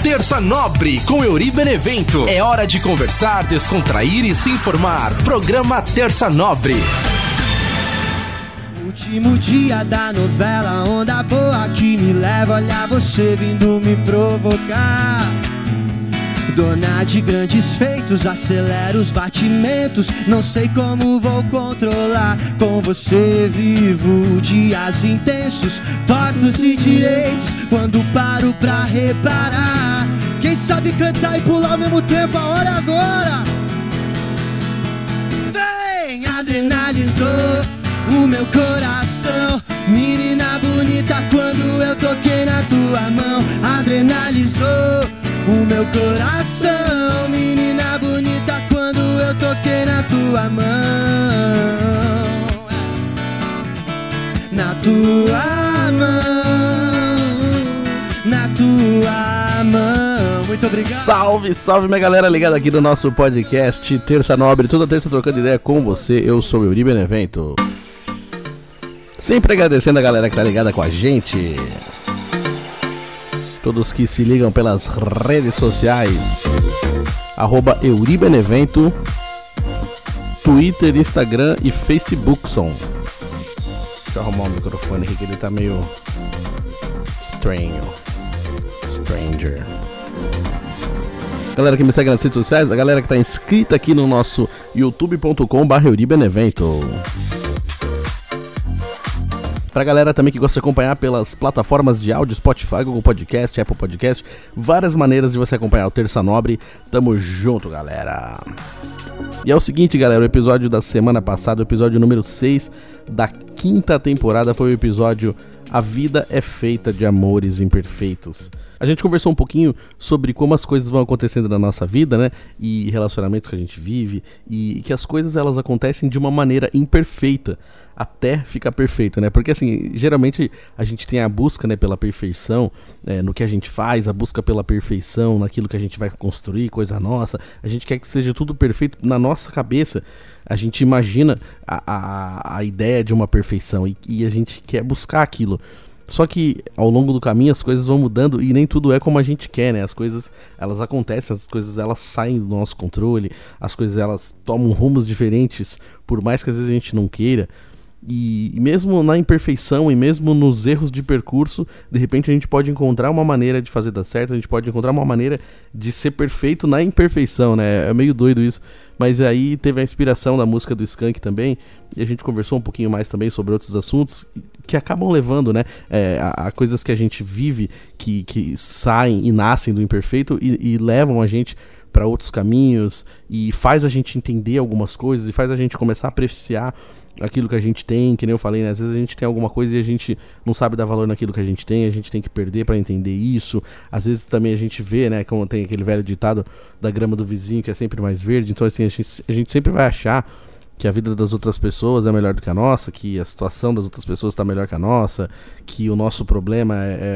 Terça Nobre com Euri Benevento. É hora de conversar, descontrair e se informar. Programa Terça Nobre. Último dia da novela, onda boa que me leva a olhar você vindo me provocar. Dona de grandes feitos, acelera os batimentos. Não sei como vou controlar. Com você vivo dias intensos, tortos e direitos. Quando paro pra reparar, quem sabe cantar e pular ao mesmo tempo, a hora é agora. Vem, adrenalizou o meu coração, menina bonita, quando eu toquei na tua mão. Adrenalizou o meu coração, menina bonita, quando eu toquei na tua mão. Na tua mão, na tua mão. Muito obrigado. Salve, salve minha galera ligada aqui no nosso podcast Terça Nobre, toda terça trocando ideia com você. Eu sou o Euri Benevento. Sempre agradecendo a galera que tá ligada com a gente, todos que se ligam pelas redes sociais, @EuriBenevento, Twitter, Instagram e Facebook. Deixa eu arrumar o microfone aqui que ele tá meio stranger. Galera que me segue nas redes sociais, a galera que tá inscrita aqui no nosso youtube.com/EuriBenevento. Pra galera também que gosta de acompanhar pelas plataformas de áudio, Spotify, Google Podcast, Apple Podcast, várias maneiras de você acompanhar o Terça Nobre. Tamo junto, galera. E é o seguinte, galera, o episódio da semana passada, o episódio número 6 da 5ª temporada, foi o episódio A Vida é Feita de Amores Imperfeitos. A gente conversou um pouquinho sobre como as coisas vão acontecendo na nossa vida, né? E relacionamentos que a gente vive, e que as coisas elas acontecem de uma maneira imperfeita até ficar perfeito, né? Porque assim, geralmente a gente tem a busca, né, pela perfeição, no que a gente faz, a busca pela perfeição naquilo que a gente vai construir, coisa nossa. A gente quer que seja tudo perfeito na nossa cabeça. A gente imagina a ideia de uma perfeição e a gente quer buscar aquilo. Só que ao longo do caminho as coisas vão mudando e nem tudo é como a gente quer, né? As coisas, elas acontecem, as coisas elas saem do nosso controle, as coisas elas tomam rumos diferentes, por mais que às vezes a gente não queira. E mesmo na imperfeição e mesmo nos erros de percurso, de repente a gente pode encontrar uma maneira de fazer dar certo, a gente pode encontrar uma maneira de ser perfeito na imperfeição, né? É meio doido isso. Mas aí teve a inspiração da música do Skank também, e a gente conversou um pouquinho mais também sobre outros assuntos que acabam levando, né, a coisas que a gente vive, que saem e nascem do imperfeito e levam a gente para outros caminhos, e faz a gente entender algumas coisas, e faz a gente começar a apreciar aquilo que a gente tem, que nem eu falei, né? Às vezes a gente tem alguma coisa e a gente não sabe dar valor naquilo que a gente tem que perder pra entender isso. Às vezes também a gente vê, né, como tem aquele velho ditado da grama do vizinho que é sempre mais verde. Então assim, a gente sempre vai achar que a vida das outras pessoas é melhor do que a nossa, que a situação das outras pessoas está melhor que a nossa, que o nosso problema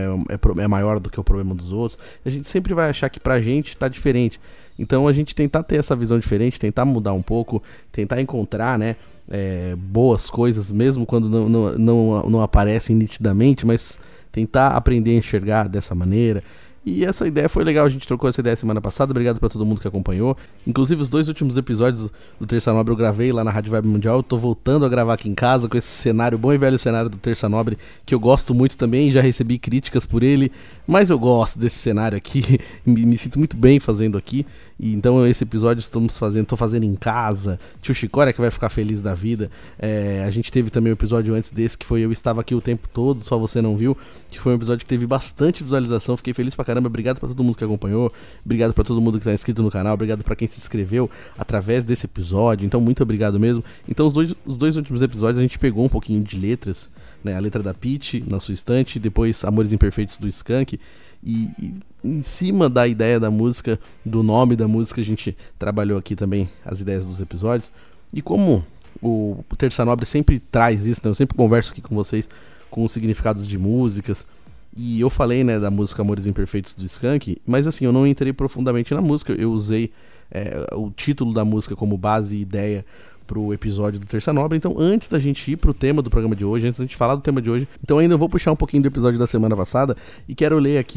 é maior do que o problema dos outros. A gente sempre vai achar que pra gente tá diferente. Então a gente tentar ter essa visão diferente, tentar mudar um pouco, tentar encontrar, né, boas coisas, mesmo quando não aparecem nitidamente, mas tentar aprender a enxergar dessa maneira. E essa ideia foi legal, a gente trocou essa ideia semana passada. Obrigado pra todo mundo que acompanhou. Inclusive os 2 últimos episódios do Terça Nobre eu gravei lá na Rádio Vibe Mundial. Eu tô voltando a gravar aqui em casa com esse cenário, bom e velho cenário do Terça Nobre, que eu gosto muito também, já recebi críticas por ele, mas eu gosto desse cenário aqui, me sinto muito bem fazendo aqui. E então esse episódio tô fazendo em casa. Tio Chicória que vai ficar feliz da vida. A gente teve também um episódio antes desse que foi Eu Estava Aqui o Tempo Todo, só você não viu, que foi um episódio que teve bastante visualização. Fiquei feliz pra caramba. Obrigado pra todo mundo que acompanhou, obrigado pra todo mundo que tá inscrito no canal, obrigado pra quem se inscreveu através desse episódio. Então muito obrigado mesmo. Então os dois últimos episódios a gente pegou um pouquinho de letras, né? A letra da Pitty, Na Sua Estante, depois Amores Imperfeitos do Skank. E em cima da ideia da música, do nome da música, a gente trabalhou aqui também as ideias dos episódios. E como o Terça Nobre sempre traz isso, né? Eu sempre converso aqui com vocês com os significados de músicas. E eu falei, né, da música Amores Imperfeitos do Skank, mas assim, eu não entrei profundamente na música. Eu usei o título da música como base e ideia pro episódio do Terça Nobre. Então, antes da gente ir pro tema do programa de hoje, antes da gente falar do tema de hoje, então ainda eu vou puxar um pouquinho do episódio da semana passada e quero ler aqui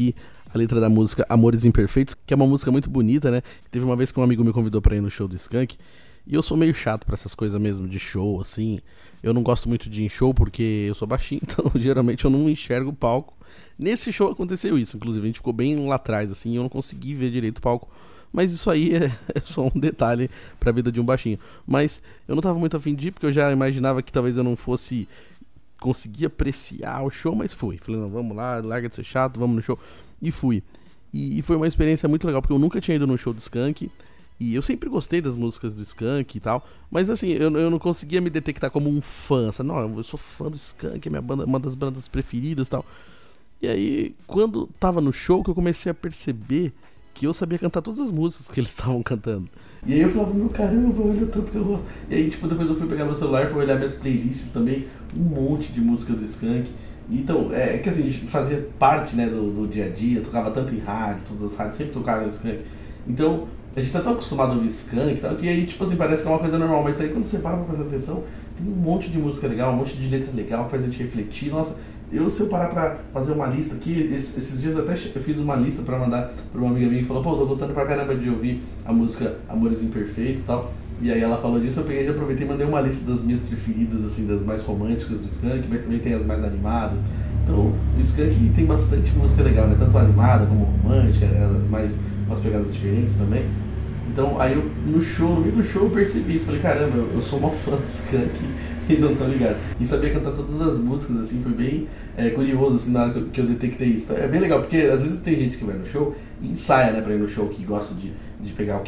a letra da música Amores Imperfeitos, que é uma música muito bonita, né? Teve uma vez que um amigo me convidou pra ir no show do Skank, e eu sou meio chato pra essas coisas mesmo de show, assim. Eu não gosto muito de ir em show porque eu sou baixinho, então geralmente eu não enxergo o palco. Nesse show aconteceu isso, inclusive a gente ficou bem lá atrás, assim, eu não consegui ver direito o palco. Mas isso aí é só um detalhe pra vida de um baixinho. Mas eu não tava muito afim de ir, porque eu já imaginava que talvez eu não fosse conseguir apreciar o show, mas fui. Falei, não, vamos lá, larga de ser chato, vamos no show. E fui. E foi uma experiência muito legal, porque eu nunca tinha ido no show do Skank. E eu sempre gostei das músicas do Skank e tal. Mas assim, eu não conseguia me detectar como um fã. Sabe? Não, eu sou fã do Skank, é minha banda, uma das bandas preferidas e tal. E aí, quando tava no show, que eu comecei a perceber que eu sabia cantar todas as músicas que eles estavam cantando. E aí eu falava, meu caramba, olha o tanto que eu gosto. E aí, tipo, depois eu fui pegar meu celular, fui olhar minhas playlists também, um monte de música do Skank. Então, é que assim, fazia parte, né, do dia a dia, tocava tanto em rádio, todas as rádios sempre tocavam no Skank. Então, a gente tá tão acostumado a ouvir Skank e tal, que aí, tipo assim, parece que é uma coisa normal, mas aí quando você para pra prestar atenção, tem um monte de música legal, um monte de letra legal, que faz a gente refletir. Nossa, se eu parar pra fazer uma lista aqui, esses dias até eu fiz uma lista pra mandar pra uma amiga minha que falou, pô, tô gostando pra caramba de ouvir a música Amores Imperfeitos e tal. E aí ela falou disso, eu peguei e aproveitei e mandei uma lista das minhas preferidas, assim, das mais românticas do Skank, mas também tem as mais animadas. Então, o Skank tem bastante música legal, né? Tanto animada como romântica, elas mais umas pegadas diferentes também. Então, aí eu, no meio do show, eu percebi isso. Falei, caramba, eu sou uma fã do Skank e não tô ligado. E sabia cantar todas as músicas, assim, foi bem curioso, assim, na hora que eu detectei isso. Então, é bem legal, porque às vezes tem gente que vai no show e ensaia, né, pra ir no show, que gosta de pegar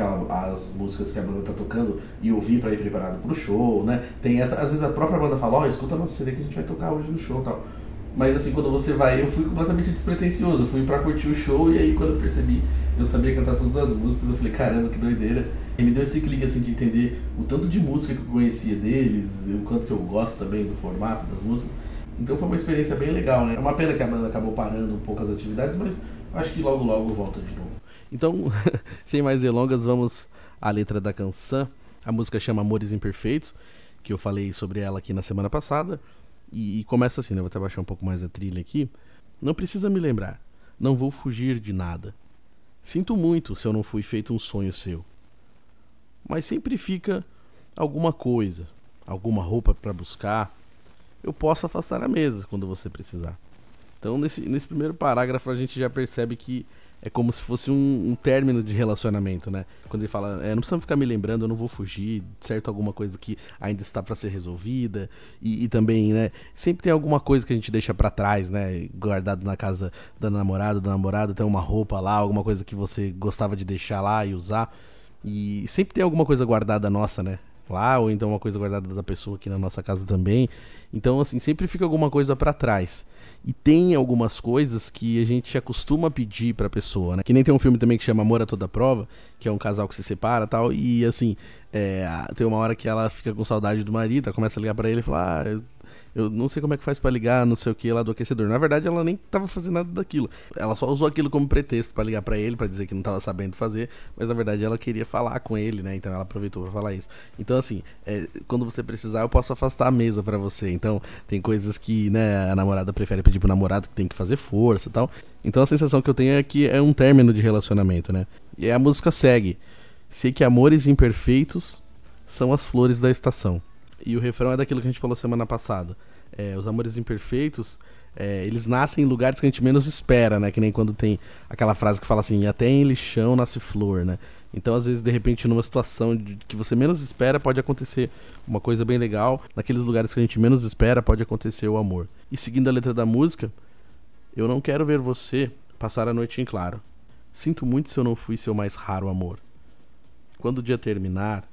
as músicas que a banda tá tocando e ouvir pra ir preparado pro show, né. Tem essa, às vezes a própria banda fala, ó, escuta a nossa CD que a gente vai tocar hoje no show e tal. Mas assim, quando você vai, eu fui completamente despretensioso, eu fui pra curtir o show e aí quando eu percebi, eu sabia cantar todas as músicas, eu falei, caramba, que doideira. E me deu esse clique assim de entender o tanto de música que eu conhecia deles, o quanto que eu gosto também do formato das músicas. Então foi uma experiência bem legal, né? É uma pena que a banda acabou parando um pouco as atividades, mas acho que logo logo volta de novo. Então, sem mais delongas, vamos à letra da canção. A música chama Amores Imperfeitos, que eu falei sobre ela aqui na semana passada. E começa assim, né? Vou até baixar um pouco mais a trilha aqui. Não precisa me lembrar, não vou fugir de nada. Sinto muito se eu não fui feito um sonho seu. Mas sempre fica alguma coisa, alguma roupa para buscar. Eu posso afastar a mesa quando você precisar. Então nesse primeiro parágrafo a gente já percebe que é como se fosse um término de relacionamento, né? Quando ele fala, não precisa ficar me lembrando, eu não vou fugir, certo? Alguma coisa que ainda está para ser resolvida. E também, né? Sempre tem alguma coisa que a gente deixa para trás, né? Guardado na casa da namorada, do namorado, tem uma roupa lá, alguma coisa que você gostava de deixar lá e usar. E sempre tem alguma coisa guardada nossa, né? Lá, ou então uma coisa guardada da pessoa aqui na nossa casa também. Então, assim, sempre fica alguma coisa pra trás. E tem algumas coisas que a gente acostuma pedir pra pessoa, né? Que nem tem um filme também que chama Amor a Toda Prova, que é um casal que se separa e tal. E, assim, tem uma hora que ela fica com saudade do marido, ela começa a ligar pra ele e fala, eu não sei como é que faz pra ligar, não sei o que, lá do aquecedor. Na verdade, ela nem tava fazendo nada daquilo. Ela só usou aquilo como pretexto pra ligar pra ele, pra dizer que não tava sabendo fazer. Mas, na verdade, ela queria falar com ele, né? Então, ela aproveitou pra falar isso. Então, assim, quando você precisar, eu posso afastar a mesa pra você. Então, tem coisas que, né, a namorada prefere pedir pro namorado, que tem que fazer força e tal. Então, a sensação que eu tenho é que é um término de relacionamento, né? E a música segue. Sei que amores imperfeitos são as flores da estação. E o refrão é daquilo que a gente falou semana passada. Os amores imperfeitos, eles nascem em lugares que a gente menos espera, né? Que nem quando tem aquela frase que fala assim, até em lixão nasce flor, né? Então, às vezes, de repente, numa situação que você menos espera, pode acontecer uma coisa bem legal. Naqueles lugares que a gente menos espera, pode acontecer o amor. E seguindo a letra da música, eu não quero ver você passar a noite em claro. Sinto muito se eu não fui seu mais raro amor. Quando o dia terminar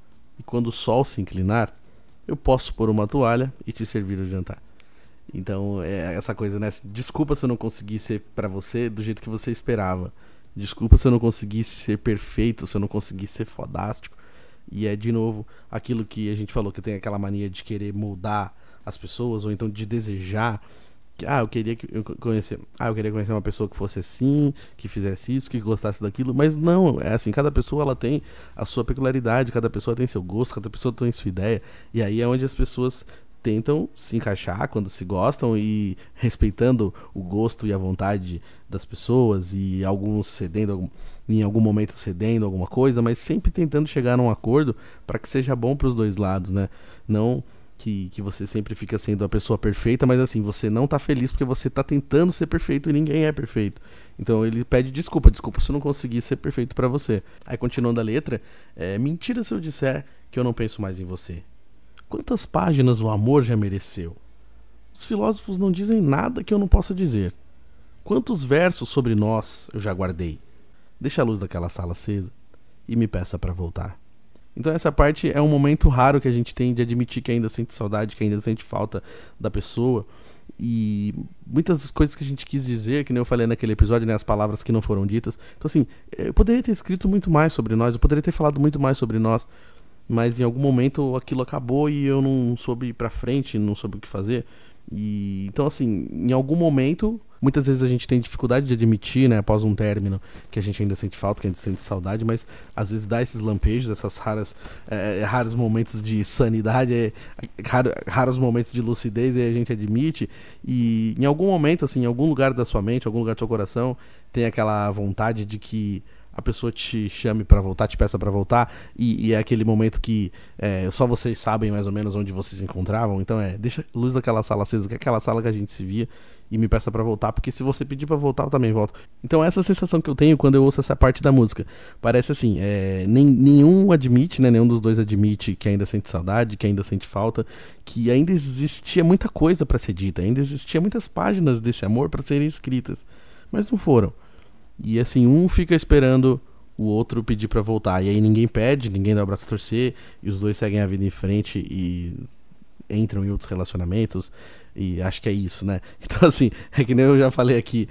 e quando o sol se inclinar, eu posso pôr uma toalha e te servir o jantar. Então, essa coisa, né? Desculpa se eu não consegui ser pra você do jeito que você esperava. Desculpa se eu não consegui ser perfeito, se eu não consegui ser fodástico. E de novo, aquilo que a gente falou, que tem aquela mania de querer moldar as pessoas, ou então de desejar que, eu queria conhecer uma pessoa que fosse assim, que fizesse isso, que gostasse daquilo. Mas não, é assim, cada pessoa ela tem a sua peculiaridade, cada pessoa tem seu gosto, cada pessoa tem sua ideia. E aí é onde as pessoas tentam se encaixar quando se gostam e respeitando o gosto e a vontade das pessoas, e alguns cedendo, em algum momento cedendo alguma coisa, mas sempre tentando chegar num acordo para que seja bom para os dois lados, né? Não que você sempre fica sendo a pessoa perfeita, mas assim, você não tá feliz porque você tá tentando ser perfeito e ninguém é perfeito. Então ele pede desculpa se eu não conseguir ser perfeito pra você. Aí continuando a letra, mentira se eu disser que eu não penso mais em você. Quantas páginas o amor já mereceu? Os filósofos não dizem nada que eu não possa dizer. Quantos versos sobre nós eu já guardei? Deixa a luz daquela sala acesa e me peça pra voltar. Então essa parte é um momento raro que a gente tem de admitir que ainda sente saudade, que ainda sente falta da pessoa. E muitas coisas que a gente quis dizer, que nem eu falei naquele episódio, né, as palavras que não foram ditas. Então assim, eu poderia ter escrito muito mais sobre nós, eu poderia ter falado muito mais sobre nós, mas em algum momento aquilo acabou e eu não soube ir pra frente, não soube o que fazer. E então assim, em algum momento, muitas vezes a gente tem dificuldade de admitir, né, após um término, que a gente ainda sente falta, que a gente sente saudade, mas às vezes dá esses lampejos, essas raros momentos de sanidade, raros momentos de lucidez, e a gente admite. E em algum momento, assim, em algum lugar da sua mente, em algum lugar do seu coração, tem aquela vontade de que a pessoa te chame pra voltar, te peça pra voltar, e é aquele momento que só vocês sabem mais ou menos onde vocês se encontravam. Então deixa a luz daquela sala acesa, que é aquela sala que a gente se via, e me peça pra voltar, porque se você pedir pra voltar, eu também volto. Então essa sensação que eu tenho quando eu ouço essa parte da música, parece assim, nenhum admite, né, nenhum dos dois admite que ainda sente saudade, que ainda sente falta, que ainda existia muita coisa pra ser dita, ainda existia muitas páginas desse amor pra serem escritas, mas não foram. E assim, um fica esperando o outro pedir pra voltar, e aí ninguém pede, ninguém dá o braço a torcer, e os dois seguem a vida em frente e entram em outros relacionamentos, e acho que é isso, né? Então assim, é que nem eu já falei aqui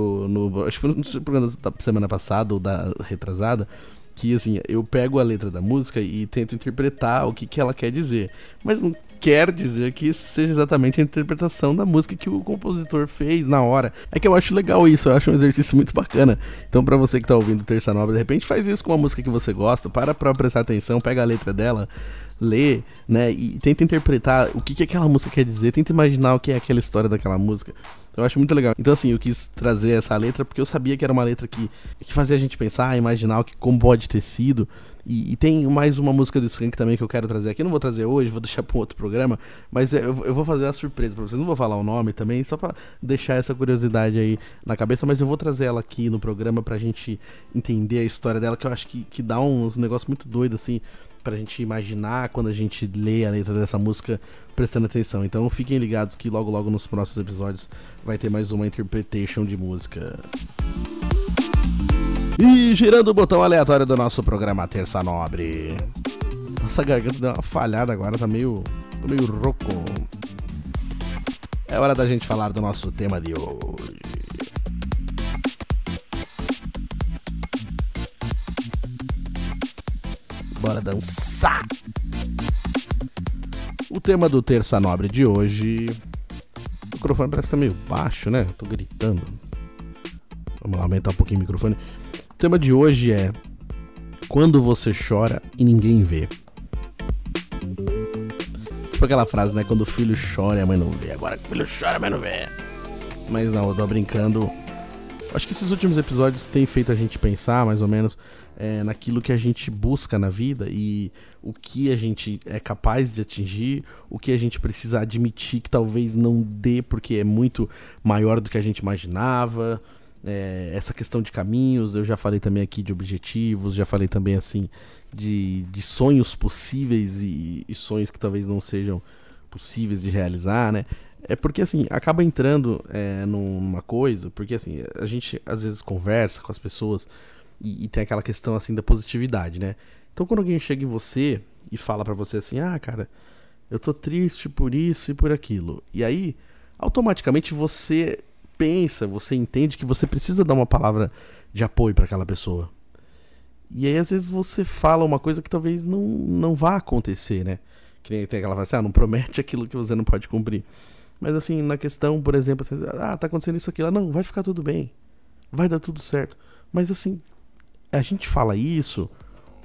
acho que no programa da semana passada ou da retrasada, que assim, eu pego a letra da música e tento interpretar o que ela quer dizer, mas não quer dizer que isso seja exatamente a interpretação da música que o compositor fez na hora. É que eu acho legal isso, eu acho um exercício muito bacana. Então pra você que tá ouvindo Terça Nobre, de repente faz isso com uma música que você gosta, para pra prestar atenção, pega a letra dela, lê, né, e tenta interpretar o que aquela música quer dizer, tenta imaginar o que é aquela história daquela música. Eu acho muito legal. Então assim, eu quis trazer essa letra porque eu sabia que era uma letra que fazia a gente pensar, imaginar como pode ter sido. E tem mais uma música do Skank também que eu quero trazer aqui. Eu não vou trazer hoje, vou deixar para um outro programa, mas eu vou fazer a surpresa para vocês. Não vou falar o nome também, só para deixar essa curiosidade aí na cabeça, mas eu vou trazer ela aqui no programa pra gente entender a história dela, que eu acho que dá uns negócios muito doidos assim, pra gente imaginar quando a gente lê a letra dessa música prestando atenção. Então fiquem ligados que logo logo nos próximos episódios vai ter mais uma interpretation de música. E girando o botão aleatório do nosso programa Terça Nobre. Nossa garganta deu uma falhada agora, tô meio rouco. É hora da gente falar do nosso tema de hoje. Bora dançar! O tema do Terça Nobre de hoje... O microfone parece que tá meio baixo, né? Tô gritando. Vamos lá, aumentar um pouquinho o microfone. O tema de hoje é... Quando você chora e ninguém vê. Tipo aquela frase, né? Quando o filho chora e a mãe não vê. Agora que o filho chora, a mãe não vê. Mas não, eu tô brincando. Acho que esses últimos episódios têm feito a gente pensar, mais ou menos, naquilo que a gente busca na vida e o que a gente é capaz de atingir, o que a gente precisa admitir que talvez não dê porque é muito maior do que a gente imaginava. Essa questão de caminhos, eu já falei também aqui de objetivos, já falei também assim de sonhos possíveis e sonhos que talvez não sejam possíveis de realizar, né? É porque assim, acaba entrando numa coisa, porque assim, a gente às vezes conversa com as pessoas e tem aquela questão assim da positividade, né? Então quando alguém chega em você e fala pra você assim, cara, eu tô triste por isso e por aquilo, e aí automaticamente você pensa, você entende que você precisa dar uma palavra de apoio pra aquela pessoa. E aí às vezes você fala uma coisa que talvez não vá acontecer, né? Que nem tem aquela frase assim, não promete aquilo que você não pode cumprir. Mas assim, na questão, por exemplo, assim, tá acontecendo isso aqui, não, vai ficar tudo bem, vai dar tudo certo. Mas assim, a gente fala isso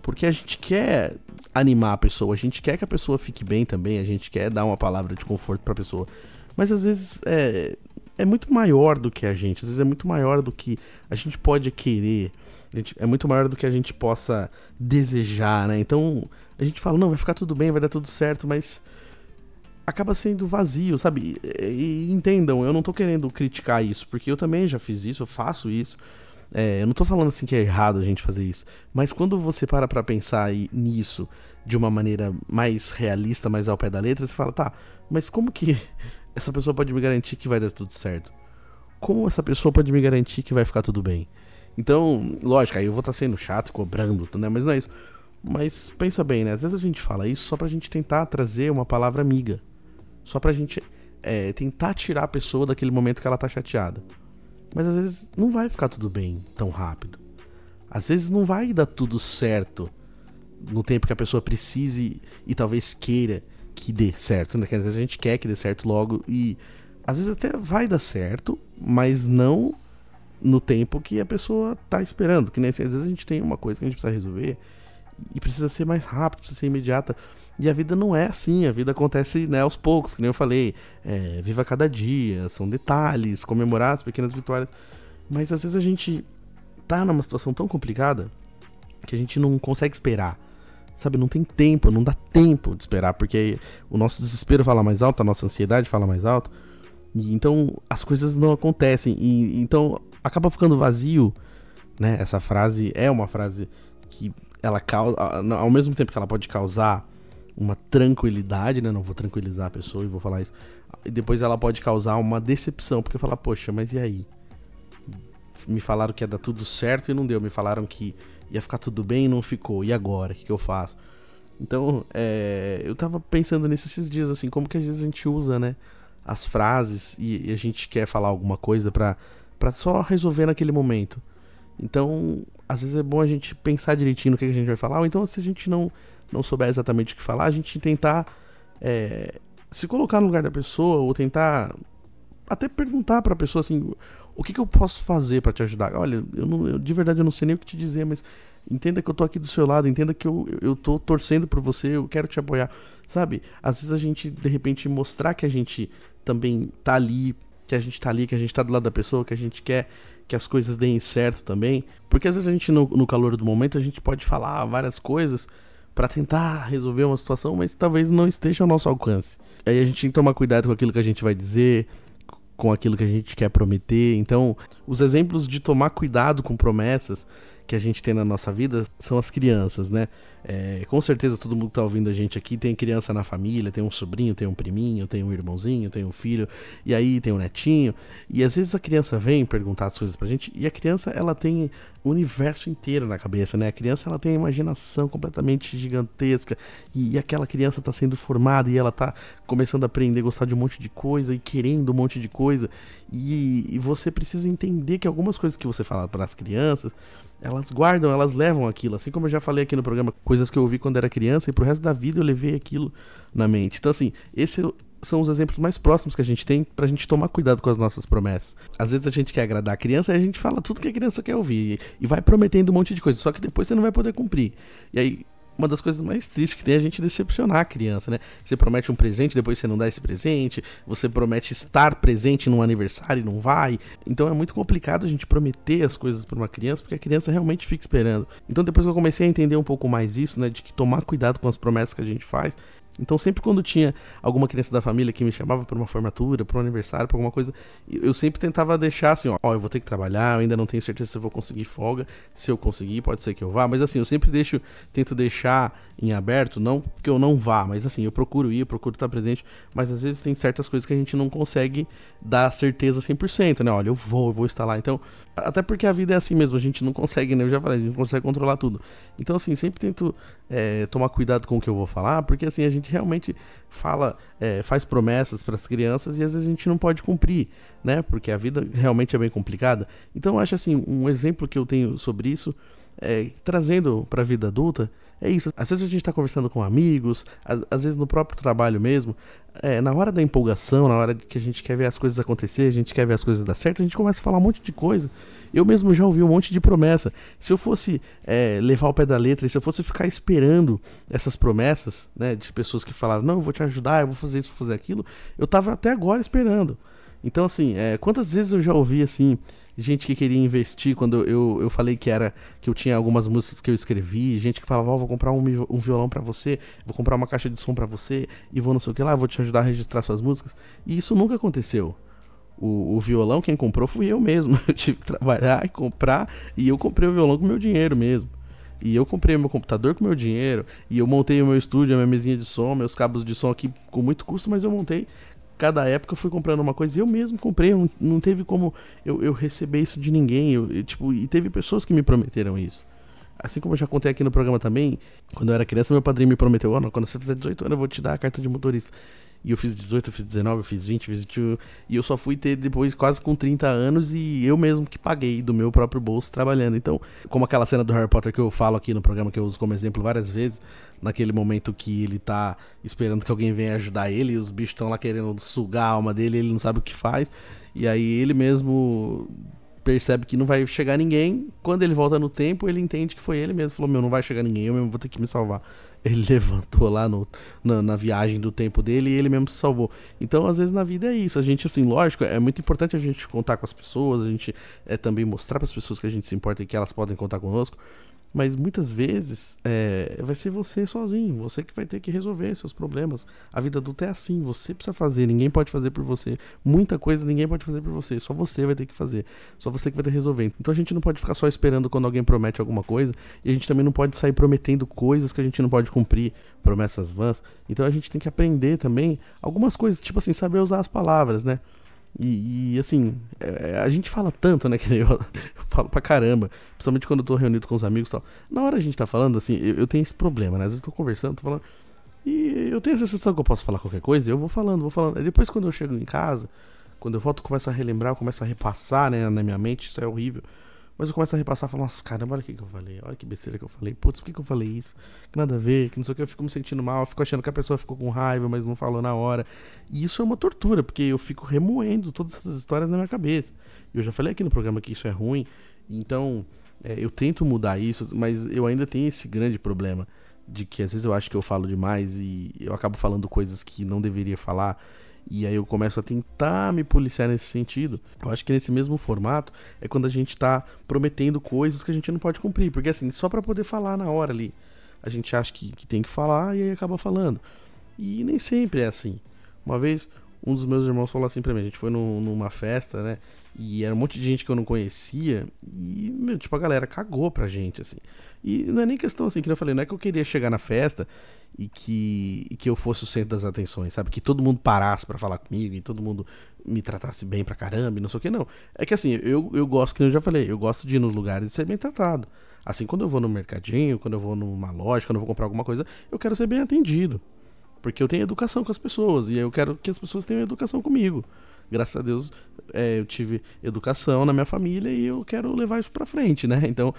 porque a gente quer animar a pessoa, a gente quer que a pessoa fique bem também, a gente quer dar uma palavra de conforto pra pessoa. Mas às vezes é muito maior do que a gente, às vezes é muito maior do que a gente pode querer, é muito maior do que a gente possa desejar, né? Então a gente fala, não, vai ficar tudo bem, vai dar tudo certo, mas acaba sendo vazio, sabe? E entendam, eu não tô querendo criticar isso, porque eu também já fiz isso, eu faço isso. Eu não tô falando assim que é errado a gente fazer isso, mas quando você para pra pensar nisso de uma maneira mais realista, mais ao pé da letra, você fala, tá, mas como que essa pessoa pode me garantir que vai dar tudo certo? Como essa pessoa pode me garantir que vai ficar tudo bem? Então, lógico, aí eu vou estar sendo chato e cobrando, né? Mas não é isso. Mas pensa bem, né? Às vezes a gente fala isso só pra gente tentar trazer uma palavra amiga. Só pra gente tentar tirar a pessoa daquele momento que ela tá chateada. Mas às vezes não vai ficar tudo bem tão rápido. Às vezes não vai dar tudo certo no tempo que a pessoa precise e talvez queira que dê certo, né? Que às vezes a gente quer que dê certo logo e às vezes até vai dar certo, mas não no tempo que a pessoa tá esperando. Que nem assim, às vezes a gente tem uma coisa que a gente precisa resolver e precisa ser mais rápido, precisa ser imediata. E a vida não é assim, a vida acontece, né, aos poucos, que nem eu falei. Viva cada dia, são detalhes, comemorar as pequenas vitórias. Mas às vezes a gente tá numa situação tão complicada que a gente não consegue esperar. Sabe, não tem tempo, não dá tempo de esperar, porque o nosso desespero fala mais alto, a nossa ansiedade fala mais alto. E então as coisas não acontecem, e então acaba ficando vazio, né? Essa frase é uma frase que ela causa, ao mesmo tempo que ela pode causar uma tranquilidade, né? Não vou tranquilizar a pessoa e vou falar isso. E depois ela pode causar uma decepção, porque fala, poxa, mas e aí? Me falaram que ia dar tudo certo e não deu. Me falaram que ia ficar tudo bem e não ficou. E agora? O que eu faço? Então, eu tava pensando nisso esses dias, assim, como que às vezes a gente usa, né, as frases e a gente quer falar alguma coisa pra só resolver naquele momento. Então, às vezes é bom a gente pensar direitinho no que a gente vai falar, ou então se a gente não souber exatamente o que falar, a gente tentar se colocar no lugar da pessoa, ou tentar até perguntar pra pessoa assim, o que eu posso fazer pra te ajudar? Olha, eu de verdade eu não sei nem o que te dizer, mas entenda que eu tô aqui do seu lado, entenda que eu tô torcendo por você, eu quero te apoiar, sabe? Às vezes a gente, de repente, mostrar que a gente também tá ali, que a gente tá do lado da pessoa, que a gente quer que as coisas deem certo também, porque às vezes a gente, no calor do momento, a gente pode falar várias coisas pra tentar resolver uma situação, mas talvez não esteja ao nosso alcance. Aí a gente tem que tomar cuidado com aquilo que a gente vai dizer, com aquilo que a gente quer prometer. Então, os exemplos de tomar cuidado com promessas que a gente tem na nossa vida são as crianças, né? Com certeza todo mundo que tá ouvindo a gente aqui tem criança na família, tem um sobrinho, tem um priminho, tem um irmãozinho, tem um filho, e aí tem um netinho, e às vezes a criança vem perguntar as coisas pra gente, e a criança, ela tem o universo inteiro na cabeça, né? A criança, ela tem a imaginação completamente gigantesca, e aquela criança tá sendo formada, e ela tá começando a aprender a gostar de um monte de coisa, e querendo um monte de coisa, e você precisa entender que algumas coisas que você fala para as crianças, elas guardam, elas levam aquilo, assim como eu já falei aqui no programa, coisas que eu ouvi quando era criança e pro resto da vida eu levei aquilo na mente. Então assim, esses são os exemplos mais próximos que a gente tem pra gente tomar cuidado com as nossas promessas. Às vezes a gente quer agradar a criança e a gente fala tudo que a criança quer ouvir e vai prometendo um monte de coisa, só que depois você não vai poder cumprir. E aí, uma das coisas mais tristes que tem é a gente decepcionar a criança, né? Você promete um presente, depois você não dá esse presente. Você promete estar presente num aniversário e não vai. Então é muito complicado a gente prometer as coisas para uma criança, porque a criança realmente fica esperando. Então depois que eu comecei a entender um pouco mais isso, né? De que tomar cuidado com as promessas que a gente faz. Então sempre quando tinha alguma criança da família que me chamava para uma formatura, para um aniversário, para alguma coisa, eu sempre tentava deixar assim, ó, eu vou ter que trabalhar, eu ainda não tenho certeza se eu vou conseguir folga, se eu conseguir pode ser que eu vá, mas assim, eu sempre tento deixar em aberto, não que eu não vá, mas assim, eu procuro ir, eu procuro estar presente, mas às vezes tem certas coisas que a gente não consegue dar certeza 100%, né, olha, eu vou estar lá, então, até porque a vida é assim mesmo, a gente não consegue, né, eu já falei, a gente não consegue controlar tudo, então assim, sempre tento tomar cuidado com o que eu vou falar, porque assim, a gente realmente faz promessas para as crianças e às vezes a gente não pode cumprir, né? Porque a vida realmente é bem complicada. Então eu acho assim, um exemplo que eu tenho sobre isso trazendo pra vida adulta, é isso. Às vezes a gente tá conversando com amigos, às vezes no próprio trabalho mesmo, na hora da empolgação, na hora que a gente quer ver as coisas acontecer, a gente quer ver as coisas dar certo, a gente começa a falar um monte de coisa. Eu mesmo já ouvi um monte de promessa. Se eu fosse levar ao pé da letra, e se eu fosse ficar esperando essas promessas, né, de pessoas que falaram, não, eu vou te ajudar, eu vou fazer isso, vou fazer aquilo, eu tava até agora esperando. Então, assim, quantas vezes eu já ouvi, assim, gente que queria investir quando eu falei que eu tinha algumas músicas que eu escrevi, gente que falava, vou comprar um violão pra você, vou comprar uma caixa de som pra você, e vou não sei o que lá, vou te ajudar a registrar suas músicas. E isso nunca aconteceu. O violão, quem comprou fui eu mesmo. Eu tive que trabalhar e comprar, e eu comprei o violão com meu dinheiro mesmo. E eu comprei meu computador com meu dinheiro, e eu montei o meu estúdio, a minha mesinha de som, meus cabos de som aqui com muito custo, mas eu montei. Cada época eu fui comprando uma coisa e eu mesmo comprei, não teve como eu receber isso de ninguém, e teve pessoas que me prometeram isso. Assim como eu já contei aqui no programa também, quando eu era criança, meu padrinho me prometeu, quando você fizer 18 anos eu vou te dar a carta de motorista. E eu fiz 18, eu fiz 19, eu fiz 20, eu fiz 21, e eu só fui ter depois quase com 30 anos e eu mesmo que paguei do meu próprio bolso trabalhando. Então, como aquela cena do Harry Potter que eu falo aqui no programa, que eu uso como exemplo várias vezes, naquele momento que ele tá esperando que alguém venha ajudar ele e os bichos estão lá querendo sugar a alma dele, ele não sabe o que faz, e aí ele mesmo percebe que não vai chegar ninguém. Quando ele volta no tempo, ele entende que foi ele mesmo, falou, não vai chegar ninguém, eu mesmo vou ter que me salvar. Ele levantou lá na viagem do tempo dele e ele mesmo se salvou. Então, às vezes na vida é isso. A gente, assim, lógico, é muito importante a gente contar com as pessoas, a gente também mostrar para as pessoas que a gente se importa e que elas podem contar conosco. Mas muitas vezes vai ser você sozinho, você que vai ter que resolver seus problemas. A vida adulta é assim, você precisa fazer, ninguém pode fazer por você. Muita coisa ninguém pode fazer por você, só você vai ter que fazer, só você que vai ter que resolver. Então a gente não pode ficar só esperando quando alguém promete alguma coisa, e a gente também não pode sair prometendo coisas que a gente não pode cumprir, promessas vãs. Então a gente tem que aprender também algumas coisas, tipo assim, saber usar as palavras, né? E assim, a gente fala tanto, né, que eu falo pra caramba, principalmente quando eu tô reunido com os amigos e tal. Na hora a gente tá falando, assim, eu tenho esse problema, né, às vezes eu tô conversando, tô falando, e eu tenho a sensação que eu posso falar qualquer coisa, e eu vou falando. E depois quando eu chego em casa, quando eu volto, eu começo a relembrar, eu começo a repassar, né, na minha mente, isso é horrível. Mas eu começo a repassar e falo, nossa, caramba, olha o que eu falei, olha que besteira que eu falei, putz, por que eu falei isso? Que nada a ver, que não sei o que, eu fico me sentindo mal, eu fico achando que a pessoa ficou com raiva, mas não falou na hora. E isso é uma tortura, porque eu fico remoendo todas essas histórias na minha cabeça. Eu já falei aqui no programa que isso é ruim, então eu tento mudar isso, mas eu ainda tenho esse grande problema de que às vezes eu acho que eu falo demais e eu acabo falando coisas que não deveria falar. E aí eu começo a tentar me policiar nesse sentido. Eu acho que nesse mesmo formato é quando a gente tá prometendo coisas que a gente não pode cumprir. Porque assim, só pra poder falar na hora ali, a gente acha que tem que falar e aí acaba falando. E nem sempre é assim. Uma vez, um dos meus irmãos falou assim pra mim, a gente foi numa festa, né? E era um monte de gente que eu não conhecia. E, tipo, a galera cagou pra gente, assim. E não é nem questão assim, que eu falei, não é que eu queria chegar na festa e que eu fosse o centro das atenções, sabe? Que todo mundo parasse pra falar comigo e todo mundo me tratasse bem pra caramba e não sei o que, não. É que assim, eu gosto, que eu já falei, eu gosto de ir nos lugares e ser bem tratado. Assim, quando eu vou no mercadinho, quando eu vou numa loja, quando eu vou comprar alguma coisa, eu quero ser bem atendido. Porque eu tenho educação com as pessoas e eu quero que as pessoas tenham educação comigo. Graças a Deus eu tive educação na minha família e eu quero levar isso pra frente, né? Então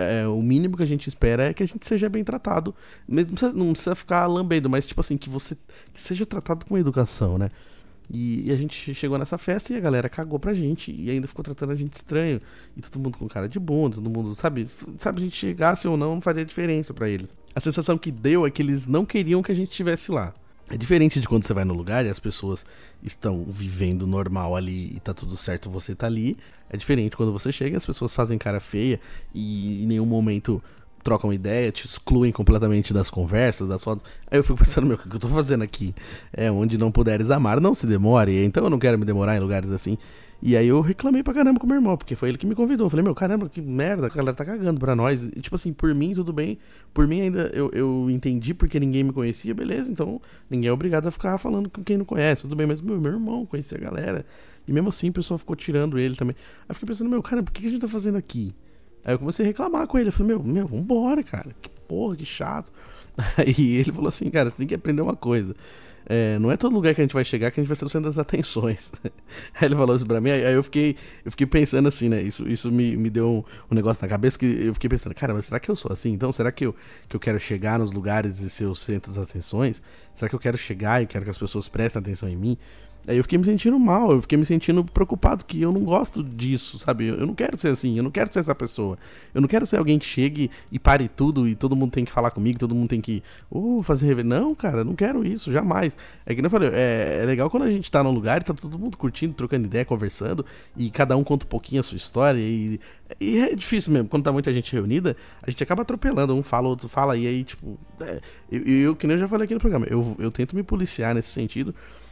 o mínimo que a gente espera é que a gente seja bem tratado. Não precisa ficar lambendo, mas tipo assim, que seja tratado com educação, né? E a gente chegou nessa festa e a galera cagou pra gente e ainda ficou tratando a gente estranho. E todo mundo com cara de bunda, todo mundo, sabe, a gente chegasse ou não faria diferença pra eles. A sensação que deu é que eles não queriam que a gente estivesse lá. É diferente de quando você vai no lugar e as pessoas estão vivendo normal ali e tá tudo certo, você tá ali. É diferente quando você chega e as pessoas fazem cara feia e em nenhum momento trocam ideia, te excluem completamente das conversas, das fotos. Aí eu fico pensando, o que eu tô fazendo aqui? Onde não puderes amar, não se demore. Então eu não quero me demorar em lugares assim. E aí eu reclamei pra caramba com meu irmão, porque foi ele que me convidou. Eu falei, caramba, que merda, a galera tá cagando pra nós. E tipo assim, por mim tudo bem. Por mim ainda eu entendi porque ninguém me conhecia, beleza. Então ninguém é obrigado a ficar falando com quem não conhece, tudo bem. Mas meu irmão conhecia a galera. E mesmo assim o pessoal ficou tirando ele também. Aí eu fiquei pensando, cara, por que a gente tá fazendo aqui? Aí eu comecei a reclamar com ele. Eu falei, vambora, cara. Que porra, que chato. Aí ele falou assim, cara, você tem que aprender uma coisa. não é todo lugar que a gente vai chegar que a gente vai ser o centro das atenções. Aí ele falou isso pra mim, aí eu fiquei pensando assim, né? Isso me deu um negócio na cabeça que eu fiquei pensando, cara, mas será que eu sou assim? Então, será que eu quero chegar nos lugares e ser o centro das atenções? Será que eu quero chegar e quero que as pessoas prestem atenção em mim? Aí eu fiquei me sentindo mal, eu fiquei me sentindo preocupado, que eu não gosto disso, sabe? Eu não quero ser assim, eu não quero ser essa pessoa. Eu não quero ser alguém que chegue e pare tudo e todo mundo tem que falar comigo, todo mundo tem que fazer rever. Não, cara, eu não quero isso, jamais. É que nem eu falei, é legal quando a gente tá num lugar e tá todo mundo curtindo, trocando ideia, conversando, e cada um conta um pouquinho a sua história, e é difícil mesmo, quando tá muita gente reunida, a gente acaba atropelando, um fala, outro fala, e aí, tipo, que nem eu já falei aqui no programa, eu tento me policiar nesse sentido.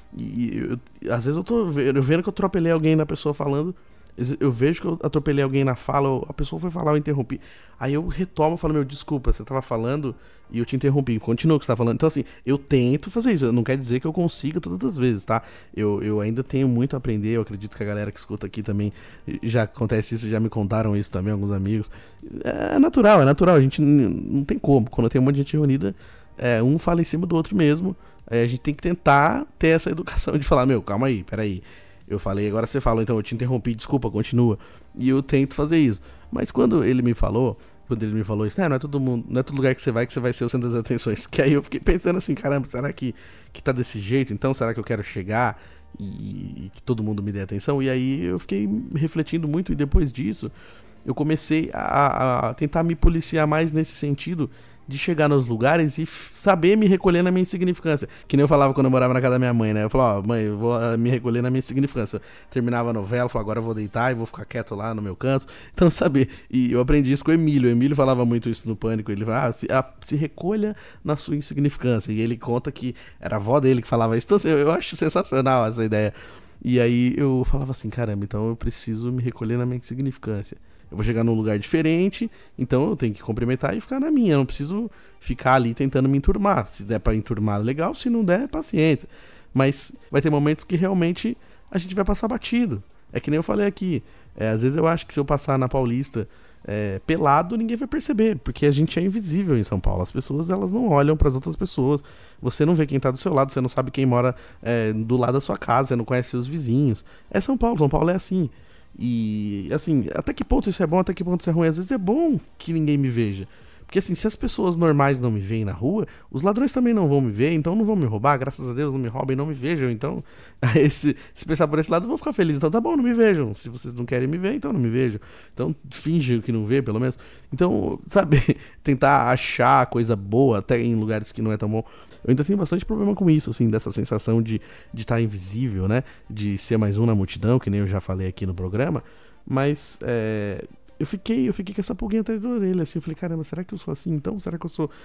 E às vezes eu tô vendo que eu atropelei alguém na pessoa falando, eu vejo que eu atropelei alguém na fala, a pessoa foi falar, eu interrompi, aí eu retomo e falo, desculpa, você tava falando e eu te interrompi, continua o que você tá falando. Então assim, eu tento fazer isso, não quer dizer que eu consiga todas as vezes, tá? Eu ainda tenho muito a aprender, eu acredito que a galera que escuta aqui também já acontece isso, já me contaram isso também, alguns amigos. É natural, a gente não tem como, quando tem um monte de gente reunida, um fala em cima do outro mesmo. A gente tem que tentar ter essa educação de falar, calma aí, peraí, eu falei, agora você falou, então eu te interrompi, desculpa, continua. E eu tento fazer isso. Mas quando ele me falou isso, não é todo mundo, não é todo lugar que você vai ser o centro das atenções. Que aí eu fiquei pensando assim, caramba, será que tá desse jeito? Então será que eu quero chegar e que todo mundo me dê atenção? E aí eu fiquei refletindo muito, e depois disso eu comecei a tentar me policiar mais nesse sentido, de chegar nos lugares e saber me recolher na minha insignificância. Que nem eu falava quando eu morava na casa da minha mãe, né? Eu falava, mãe, eu vou me recolher na minha insignificância. Terminava a novela, falava, agora eu vou deitar e vou ficar quieto lá no meu canto. Então, saber. E eu aprendi isso com o Emílio. O Emílio falava muito isso no Pânico. Ele falava, se recolha na sua insignificância. E ele conta que era a avó dele que falava isso. Então, assim, eu acho sensacional essa ideia. E aí eu falava assim, caramba, então eu preciso me recolher na minha insignificância. Eu vou chegar num lugar diferente, então eu tenho que cumprimentar e ficar na minha. Eu não preciso ficar ali tentando me enturmar. Se der pra enturmar, legal. Se não der, paciência. Mas vai ter momentos que realmente a gente vai passar batido. É que nem eu falei aqui. Às vezes eu acho que se eu passar na Paulista pelado, ninguém vai perceber. Porque a gente é invisível em São Paulo. As pessoas, elas não olham pras outras pessoas. Você não vê quem tá do seu lado. Você não sabe quem mora do lado da sua casa. Você não conhece seus vizinhos. É São Paulo. São Paulo é assim. E, assim, até que ponto isso é bom, até que ponto isso é ruim? Às vezes é bom que ninguém me veja. Porque, assim, se as pessoas normais não me veem na rua, os ladrões também não vão me ver, então não vão me roubar. Graças a Deus não me roubem, não me vejam. Então, se pensar por esse lado, eu vou ficar feliz. Então tá bom, não me vejam. Se vocês não querem me ver, então não me vejam. Então finge que não vê, pelo menos. Então, sabe, tentar achar coisa boa até em lugares que não é tão bom. Eu ainda tenho bastante problema com isso, assim, dessa sensação de estar invisível, né? De ser mais um na multidão, que nem eu já falei aqui no programa. Mas eu fiquei com essa pulguinha atrás da orelha, assim. Eu falei, caramba, será que eu sou assim então? Será que eu sou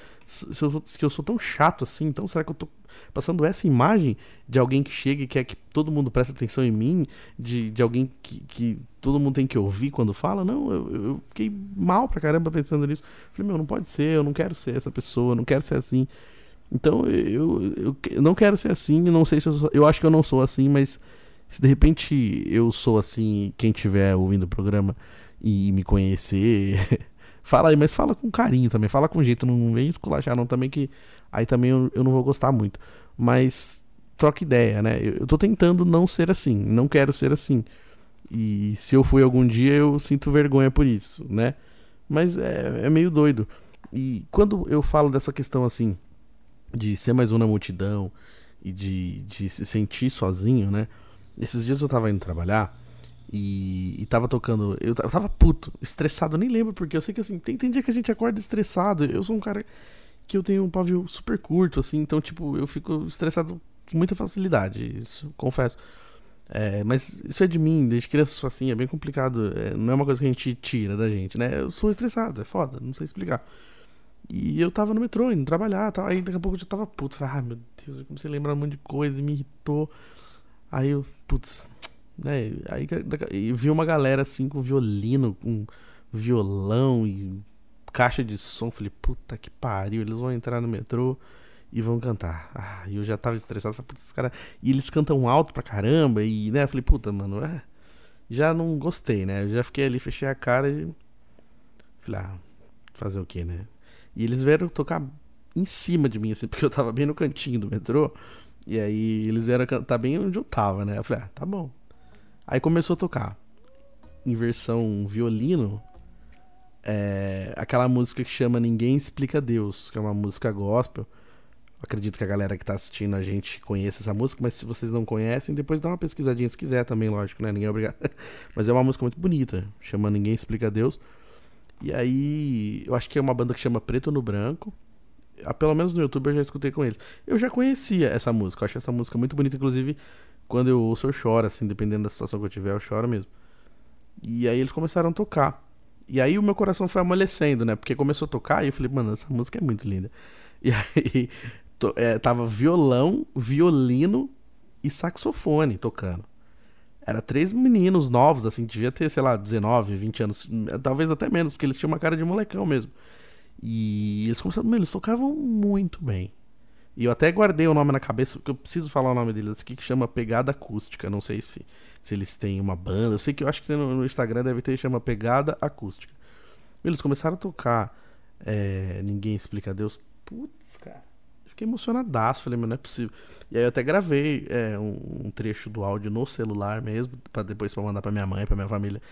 tão chato assim? Então, será que eu tô passando essa imagem de alguém que chega e quer que todo mundo preste atenção em mim? De alguém que todo mundo tem que ouvir quando fala? Não, eu fiquei mal pra caramba pensando nisso. Falei, não pode ser, eu não quero ser essa pessoa, eu não quero ser assim. Então eu não quero ser assim, não sei se eu acho que eu não sou assim, mas se de repente eu sou assim, quem estiver ouvindo o programa e me conhecer, fala aí, mas fala com carinho também, fala com jeito, não vem esculachar não também, que aí também eu não vou gostar muito, mas troca ideia, né? Eu tô tentando não ser assim, não quero ser assim, e se eu fui algum dia eu sinto vergonha por isso, né? Mas é meio doido. E quando eu falo dessa questão assim, de ser mais um na multidão e de se sentir sozinho, né? Esses dias eu tava indo trabalhar e tava tocando. Eu tava puto, estressado, nem lembro porque. Eu sei que assim, tem dia que a gente acorda estressado. Eu sou um cara que eu tenho um pavio super curto, assim, então, tipo, eu fico estressado com muita facilidade, isso, confesso. Mas isso é de mim, desde criança eu sou assim, é bem complicado. Não é uma coisa que a gente tira da gente, né? Eu sou estressado, é foda, não sei explicar. E eu tava no metrô, indo trabalhar, tal. Aí daqui a pouco eu já tava puto. Falei, meu Deus, eu comecei a lembrar um monte de coisa e me irritou. Aí eu, né? Aí eu vi uma galera assim com violino, com violão e caixa de som. Falei, puta que pariu, eles vão entrar no metrô e vão cantar. E eu já tava estressado. Falei, puta, esses caras. E eles cantam alto pra caramba. E, né, eu falei, puta, mano, já não gostei, né? Eu já fiquei ali, fechei a cara e falei, fazer o quê, né? E eles vieram tocar em cima de mim, assim, porque eu tava bem no cantinho do metrô. E aí eles vieram cantar bem onde eu tava, né? Eu falei, tá bom. Aí começou a tocar em versão violino, aquela música que chama Ninguém Explica Deus, que é uma música gospel. Acredito que a galera que tá assistindo a gente conheça essa música, mas se vocês não conhecem, depois dá uma pesquisadinha se quiser também, lógico, né? Ninguém é obrigado. Mas é uma música muito bonita, chama Ninguém Explica Deus. E aí, eu acho que é uma banda que chama Preto no Branco. Pelo menos no YouTube eu já escutei com eles. Eu já conhecia essa música, eu acho essa música muito bonita, inclusive quando eu ouço eu choro, assim, dependendo da situação que eu tiver, eu choro mesmo. E aí eles começaram a tocar. E aí o meu coração foi amolecendo, né? Porque começou a tocar e eu falei, mano, essa música é muito linda. E aí tava violão, violino e saxofone tocando. Era 3 meninos novos, assim, devia ter, sei lá, 19, 20 anos, talvez até menos, porque eles tinham uma cara de molecão mesmo. E eles começaram, eles tocavam muito bem. E eu até guardei o nome na cabeça, porque eu preciso falar o nome deles aqui, que chama Pegada Acústica. Não sei se eles têm uma banda, eu sei que eu acho que no Instagram deve ter, chama Pegada Acústica. Eles começaram a tocar Ninguém Explica Deus. Putz, cara, fiquei emocionadaço, falei, mas não é possível. E aí eu até gravei um trecho do áudio no celular mesmo, pra depois mandar pra minha mãe, pra minha família.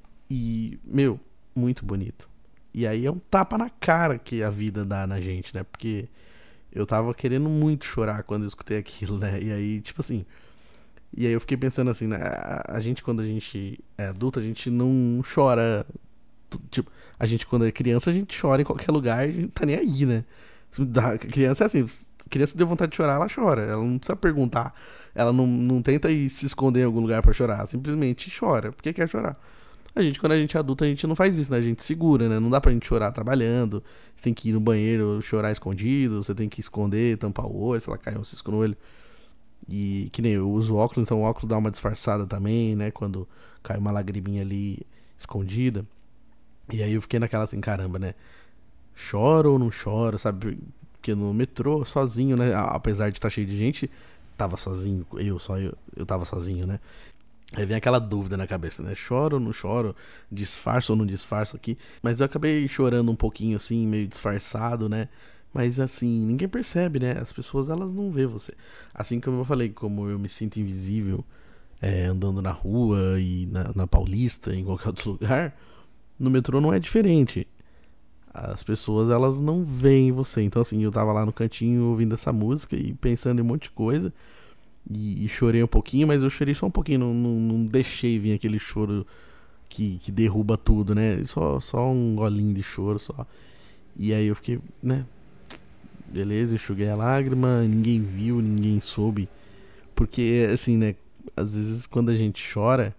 E, meu, muito bonito. E aí é um tapa na cara que a vida dá na gente, né? Porque eu tava querendo muito chorar quando eu escutei aquilo, né? E aí, tipo assim... E aí eu fiquei pensando assim, né? A gente, quando a gente é adulto, a gente não chora... Tipo, a gente, quando é criança, a gente chora em qualquer lugar e a gente tá nem aí, né? A criança é assim, a criança deu vontade de chorar, ela chora. Ela não precisa perguntar. Ela não tenta ir se esconder em algum lugar pra chorar. Simplesmente chora, porque quer chorar. A gente, quando a gente é adulto, a gente não faz isso, né? A gente segura, né? Não dá pra gente chorar trabalhando. Você tem que ir no banheiro chorar escondido. Você tem que esconder, tampar o olho, falar, caiu um cisco no olho. E que nem eu uso óculos, então o óculos dá uma disfarçada também, né? Quando cai uma lagriminha ali escondida. E aí eu fiquei naquela assim, caramba, né? Choro ou não choro, sabe? Porque no metrô, sozinho, né? Apesar de estar cheio de gente, tava sozinho, eu tava sozinho, né? Aí vem aquela dúvida na cabeça, né? Choro ou não choro? Disfarço ou não disfarço aqui? Mas eu acabei chorando um pouquinho assim, meio disfarçado, né? Mas assim, ninguém percebe, né? As pessoas, elas não vê você. Assim como eu falei, como eu me sinto invisível andando na rua e na Paulista, em qualquer outro lugar, no metrô não é diferente. As pessoas, elas não veem você. Então assim, eu tava lá no cantinho ouvindo essa música e pensando em um monte de coisa. E chorei um pouquinho, mas eu chorei só um pouquinho, não deixei vir aquele choro que derruba tudo, né? Só um golinho de choro só. E aí eu fiquei, né? Beleza, enxuguei a lágrima, ninguém viu, ninguém soube. Porque, assim, né? Às vezes quando a gente chora,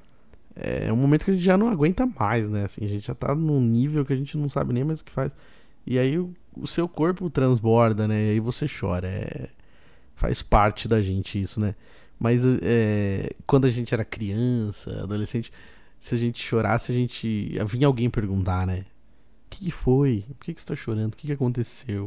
é um momento que a gente já não aguenta mais, né? Assim, a gente já tá num nível que a gente não sabe nem mais o que faz. E aí o seu corpo transborda, né? E aí você chora, faz parte da gente isso, né? Mas quando a gente era criança, adolescente, se a gente chorasse, vinha alguém perguntar, né? O que foi? Por que você tá chorando? O que aconteceu?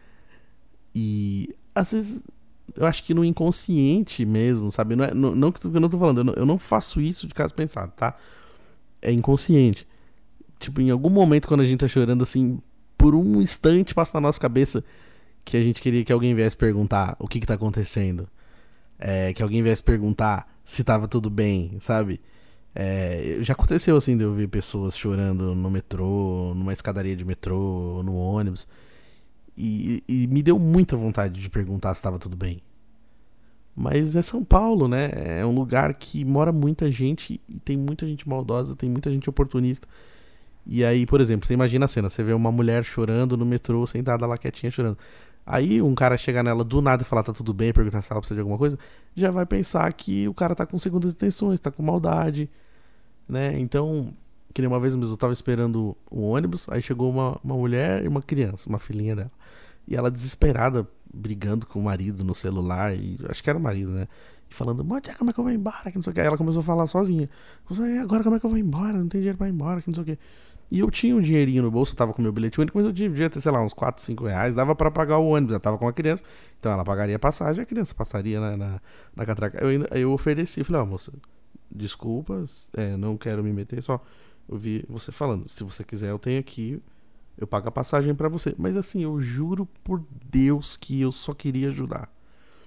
E às vezes eu acho que no inconsciente mesmo, sabe? Não que eu não tô falando, eu não faço isso de caso pensado, tá? É inconsciente. Tipo, em algum momento quando a gente tá chorando, assim, por um instante passa na nossa cabeça que a gente queria que alguém viesse perguntar o que tá acontecendo. Que alguém viesse perguntar se tava tudo bem, sabe? Já aconteceu assim de eu ver pessoas chorando no metrô, numa escadaria de metrô, no ônibus. E me deu muita vontade de perguntar se tava tudo bem. Mas é São Paulo, né? É um lugar que mora muita gente e tem muita gente maldosa, tem muita gente oportunista. E aí, por exemplo, você imagina a cena, você vê uma mulher chorando no metrô, sentada lá quietinha chorando. Aí um cara chegar nela do nada e falar tá tudo bem, perguntar se ela precisa de alguma coisa, já vai pensar que o cara tá com segundas intenções, tá com maldade, né? Então, que nem uma vez mesmo eu tava esperando o ônibus, aí chegou uma mulher e uma criança, uma filhinha dela. E ela desesperada, brigando com o marido no celular, e acho que era o marido, né? E falando, mãe, como é que eu vou embora? Que não sei o que. Aí ela começou a falar sozinha. Agora como é que eu vou embora? Não tem dinheiro pra ir embora, que não sei o que. E eu tinha um dinheirinho no bolso, eu tava com meu bilhete único, mas eu devia ter, sei lá, uns 4, 5 reais, dava pra pagar o ônibus, eu tava com a criança, então ela pagaria a passagem, a criança passaria na catraca. Eu ofereci, falei, moça, desculpa, não quero me meter, só eu vi você falando, se você quiser eu tenho aqui, eu pago a passagem pra você. Mas assim, eu juro por Deus que eu só queria ajudar.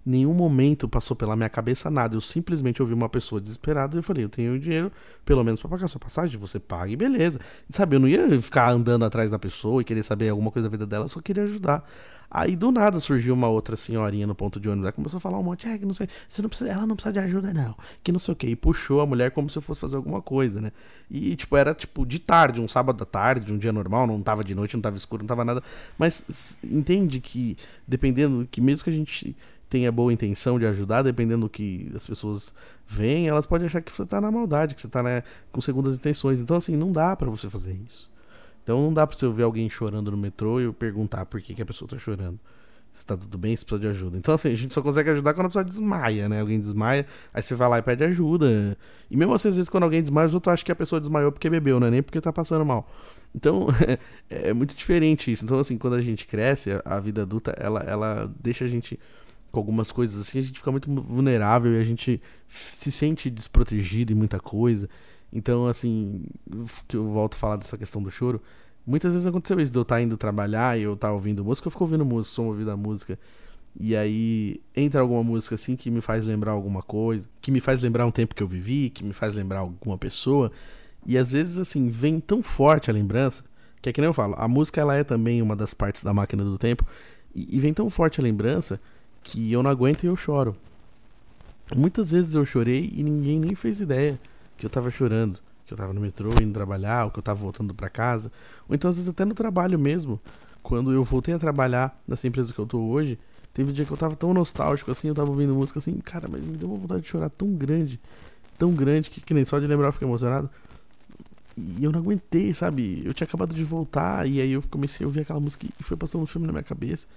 nenhum momento passou pela minha cabeça nada. Eu simplesmente ouvi uma pessoa desesperada e eu falei, eu tenho dinheiro pelo menos pra pagar sua passagem, você paga e beleza. Sabe, eu não ia ficar andando atrás da pessoa e querer saber alguma coisa da vida dela, eu só queria ajudar. Aí do nada surgiu uma outra senhorinha no ponto de ônibus, ela começou a falar um monte, que não sei, ela não precisa de ajuda não, que não sei o que, e puxou a mulher como se eu fosse fazer alguma coisa, né? E tipo, era tipo de tarde, um sábado à tarde, um dia normal, não tava de noite, não tava escuro, não tava nada, mas entende que dependendo, que mesmo que a gente tenha boa intenção de ajudar, dependendo do que as pessoas veem, elas podem achar que você tá na maldade, que você tá, né, com segundas intenções, então assim, não dá pra você fazer isso. Então não dá pra você ver alguém chorando no metrô e eu perguntar por que a pessoa tá chorando. Se tá tudo bem, se precisa de ajuda. Então assim, a gente só consegue ajudar quando a pessoa desmaia, né? Alguém desmaia, aí você vai lá e pede ajuda. E mesmo assim, às vezes, quando alguém desmaia, os outros acham que a pessoa desmaiou porque bebeu, né? Nem porque tá passando mal. Então, é muito diferente isso. Então assim, quando a gente cresce, a vida adulta, ela deixa a gente com algumas coisas assim, a gente fica muito vulnerável e a gente se sente desprotegido em muita coisa. Então, assim, que eu volto a falar dessa questão do choro, muitas vezes aconteceu isso, de eu estar indo trabalhar e eu estar ouvindo música, eu fico ouvindo música, sou ouvindo a música, e aí entra alguma música assim que me faz lembrar alguma coisa, que me faz lembrar um tempo que eu vivi, que me faz lembrar alguma pessoa, e às vezes, assim, vem tão forte a lembrança, que é que nem eu falo, a música ela é também uma das partes da máquina do tempo, e vem tão forte a lembrança que eu não aguento e eu choro. Muitas vezes eu chorei e ninguém nem fez ideia que eu tava chorando, que eu tava no metrô indo trabalhar, ou que eu tava voltando pra casa, ou então às vezes até no trabalho mesmo. Quando eu voltei a trabalhar nessa empresa que eu tô hoje, teve um dia que eu tava tão nostálgico assim, eu tava ouvindo música assim, cara, mas me deu uma vontade de chorar tão grande, que nem só de lembrar eu fiquei emocionado. E eu não aguentei, sabe? Eu tinha acabado de voltar e aí eu comecei a ouvir aquela música e foi passando um filme na minha cabeça.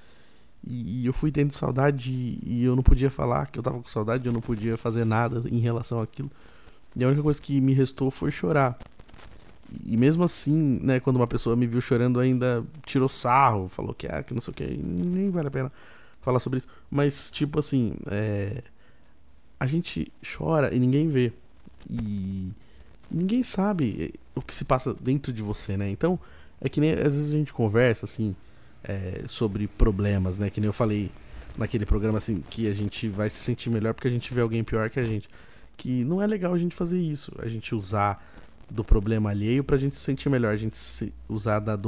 E eu fui tendo saudade e eu não podia falar que eu tava com saudade, eu não podia fazer nada em relação àquilo. E a única coisa que me restou foi chorar. E mesmo assim, né, quando uma pessoa me viu chorando, ainda tirou sarro, falou que não sei o que, nem vale a pena falar sobre isso. Mas, tipo assim, a gente chora e ninguém vê. E ninguém sabe o que se passa dentro de você, né? Então, é que nem às vezes a gente conversa, assim, sobre problemas, né? Que nem eu falei naquele programa, assim, que a gente vai se sentir melhor porque a gente vê alguém pior que a gente. Que não é legal a gente fazer isso, a gente usar do problema alheio pra gente se sentir melhor, a gente usar da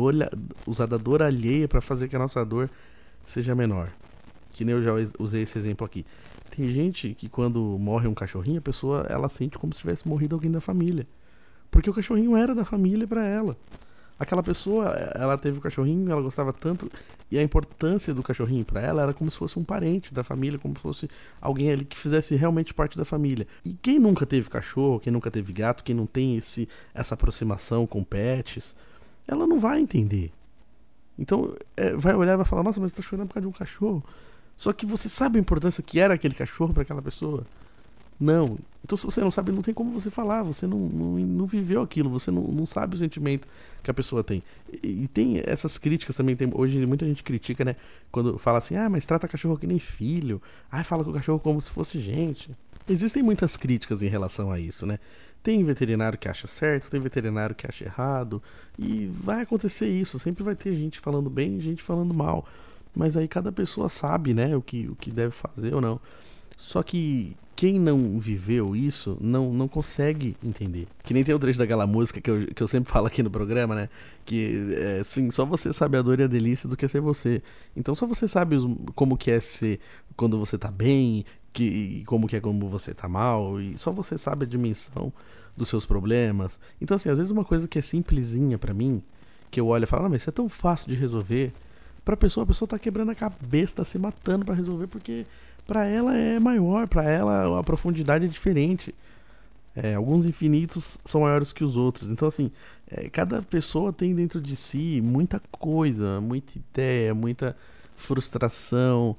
dor alheia pra fazer que a nossa dor seja menor. Que nem eu já usei esse exemplo aqui. Tem gente que quando morre um cachorrinho, a pessoa ela sente como se tivesse morrido alguém da família. Porque o cachorrinho era da família pra ela. Aquela pessoa, ela teve o cachorrinho, ela gostava tanto, e a importância do cachorrinho pra ela era como se fosse um parente da família, como se fosse alguém ali que fizesse realmente parte da família. E quem nunca teve cachorro, quem nunca teve gato, quem não tem essa aproximação com pets, ela não vai entender. Então, vai olhar e vai falar, nossa, mas você tá chorando por causa de um cachorro. Só que você sabe a importância que era aquele cachorro pra aquela pessoa? Não. Então se você não sabe, não tem como você falar. Você não viveu aquilo. Você não sabe o sentimento que a pessoa tem. E tem essas críticas também. Hoje muita gente critica, né? Quando fala assim, mas trata cachorro que nem filho. Fala com o cachorro como se fosse gente. Existem muitas críticas em relação a isso, né? Tem veterinário que acha certo, tem veterinário que acha errado. E vai acontecer isso. Sempre vai ter gente falando bem e gente falando mal. Mas aí cada pessoa sabe, né? O que deve fazer ou não. Só que quem não viveu isso não consegue entender. Que nem tem o trecho daquela música que eu sempre falo aqui no programa, né? Que assim, só você sabe a dor e a delícia do que é ser você. Então só você sabe como que é ser quando você tá bem, como que é quando você tá mal, e só você sabe a dimensão dos seus problemas. Então assim, às vezes uma coisa que é simplesinha pra mim, que eu olho e falo, mas isso é tão fácil de resolver. Pra pessoa, a pessoa tá quebrando a cabeça, tá se matando pra resolver, porque pra ela é maior, pra ela a profundidade é diferente. Alguns infinitos são maiores que os outros. Então assim, cada pessoa tem dentro de si muita coisa, muita ideia, muita frustração,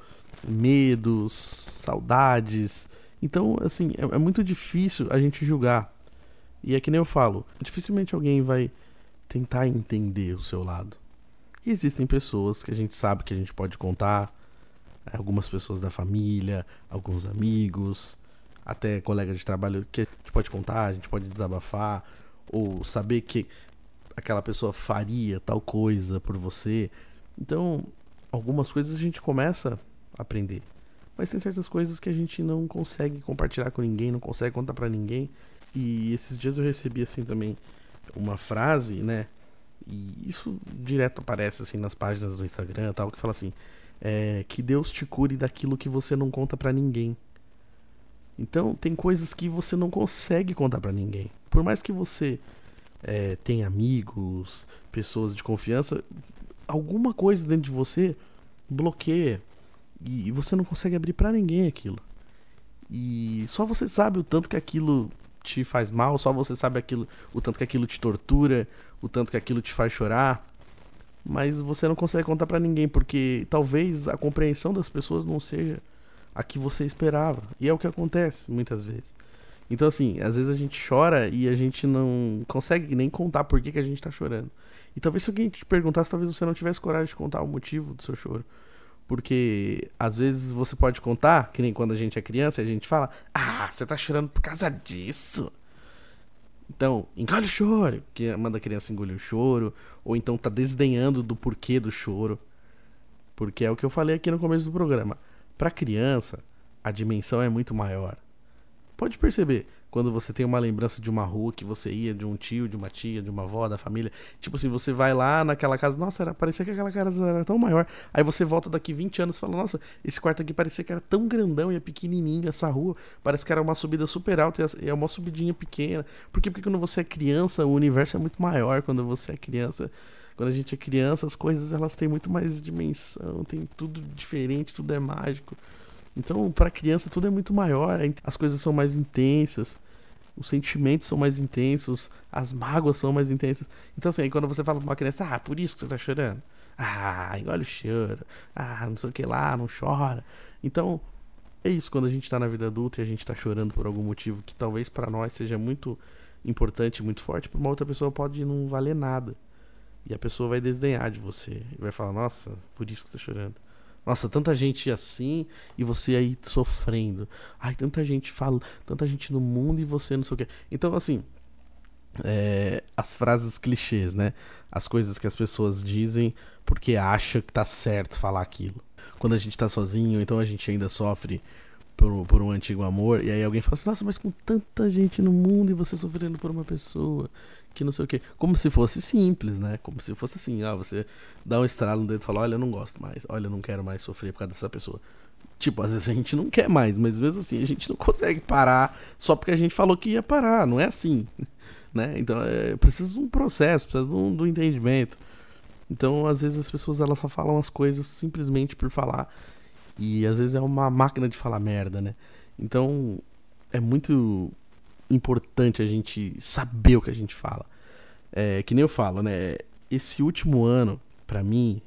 medos, saudades. Então assim, é muito difícil a gente julgar. E é que nem eu falo, dificilmente alguém vai tentar entender o seu lado. E existem pessoas que a gente sabe que a gente pode contar, algumas pessoas da família, alguns amigos, até colegas de trabalho que a gente pode contar, a gente pode desabafar, ou saber que aquela pessoa faria tal coisa por você. Então, algumas coisas a gente começa a aprender. mas tem certas coisas que a gente não consegue compartilhar com ninguém, não consegue contar pra ninguém. E esses dias eu recebi assim também uma frase, né? E isso direto aparece assim nas páginas do Instagram e tal, que fala assim: que Deus te cure daquilo que você não conta pra ninguém. Então tem coisas que você não consegue contar pra ninguém. Por mais que você tenha amigos, pessoas de confiança, alguma coisa dentro de você bloqueia e você não consegue abrir pra ninguém aquilo. E só você sabe o tanto que aquilo te faz mal, só você sabe o tanto que aquilo te tortura, o tanto que aquilo te faz chorar, mas você não consegue contar pra ninguém, porque talvez a compreensão das pessoas não seja a que você esperava, e é o que acontece muitas vezes. Então assim, às vezes a gente chora e a gente não consegue nem contar por que a gente tá chorando. E talvez se alguém te perguntasse, talvez você não tivesse coragem de contar o motivo do seu choro. Porque às vezes você pode contar, que nem quando a gente é criança, e a gente fala: ah, você tá chorando por causa disso. Então, engole o choro, que manda a criança engolir o choro, ou então tá desdenhando do porquê do choro. Porque é o que eu falei aqui no começo do programa. Pra criança, a dimensão é muito maior. Pode perceber, quando você tem uma lembrança de uma rua que você ia, de um tio, de uma tia, de uma avó, da família. Tipo assim, você vai lá naquela casa, nossa, parecia que aquela casa era tão maior. Aí você volta daqui 20 anos e fala: nossa, esse quarto aqui parecia que era tão grandão e é pequenininho, essa rua parece que era uma subida super alta e é uma subidinha pequena. Por quê? Porque quando você é criança, o universo é muito maior. Quando você é criança, quando a gente é criança, as coisas elas têm muito mais dimensão, tem tudo diferente, tudo é mágico. Então, para criança, tudo é muito maior, as coisas são mais intensas, os sentimentos são mais intensos, as mágoas são mais intensas. Então, assim, aí quando você fala pra uma criança: ah, por isso que você tá chorando, ah, engole o choro, ah, não sei o que lá, não chora. Então, é isso, quando a gente tá na vida adulta e a gente tá chorando por algum motivo que talvez para nós seja muito importante, muito forte, pra uma outra pessoa pode não valer nada. E a pessoa vai desdenhar de você e vai falar: nossa, por isso que você tá chorando. Nossa, tanta gente assim e você aí sofrendo. Ai, tanta gente fala, tanta gente no mundo e você não sei o que. Então, assim, as frases clichês, né? As coisas que as pessoas dizem porque acham que tá certo falar aquilo. Quando a gente tá sozinho, então a gente ainda sofre por um antigo amor. E aí alguém fala assim: nossa, mas com tanta gente no mundo e você sofrendo por uma pessoa que não sei o que. Como se fosse simples, né? Como se fosse assim: você dá um estralo no dedo e fala: olha, eu não gosto mais, olha, eu não quero mais sofrer por causa dessa pessoa. Tipo, às vezes a gente não quer mais, mas mesmo assim a gente não consegue parar só porque a gente falou que ia parar. Não é assim, né? Então precisa de um processo, precisa do entendimento. Então às vezes as pessoas elas só falam as coisas simplesmente por falar. E às vezes é uma máquina de falar merda, né? Então é muito importante a gente saber o que a gente fala. Que nem eu falo, né? Esse último ano, pra mim,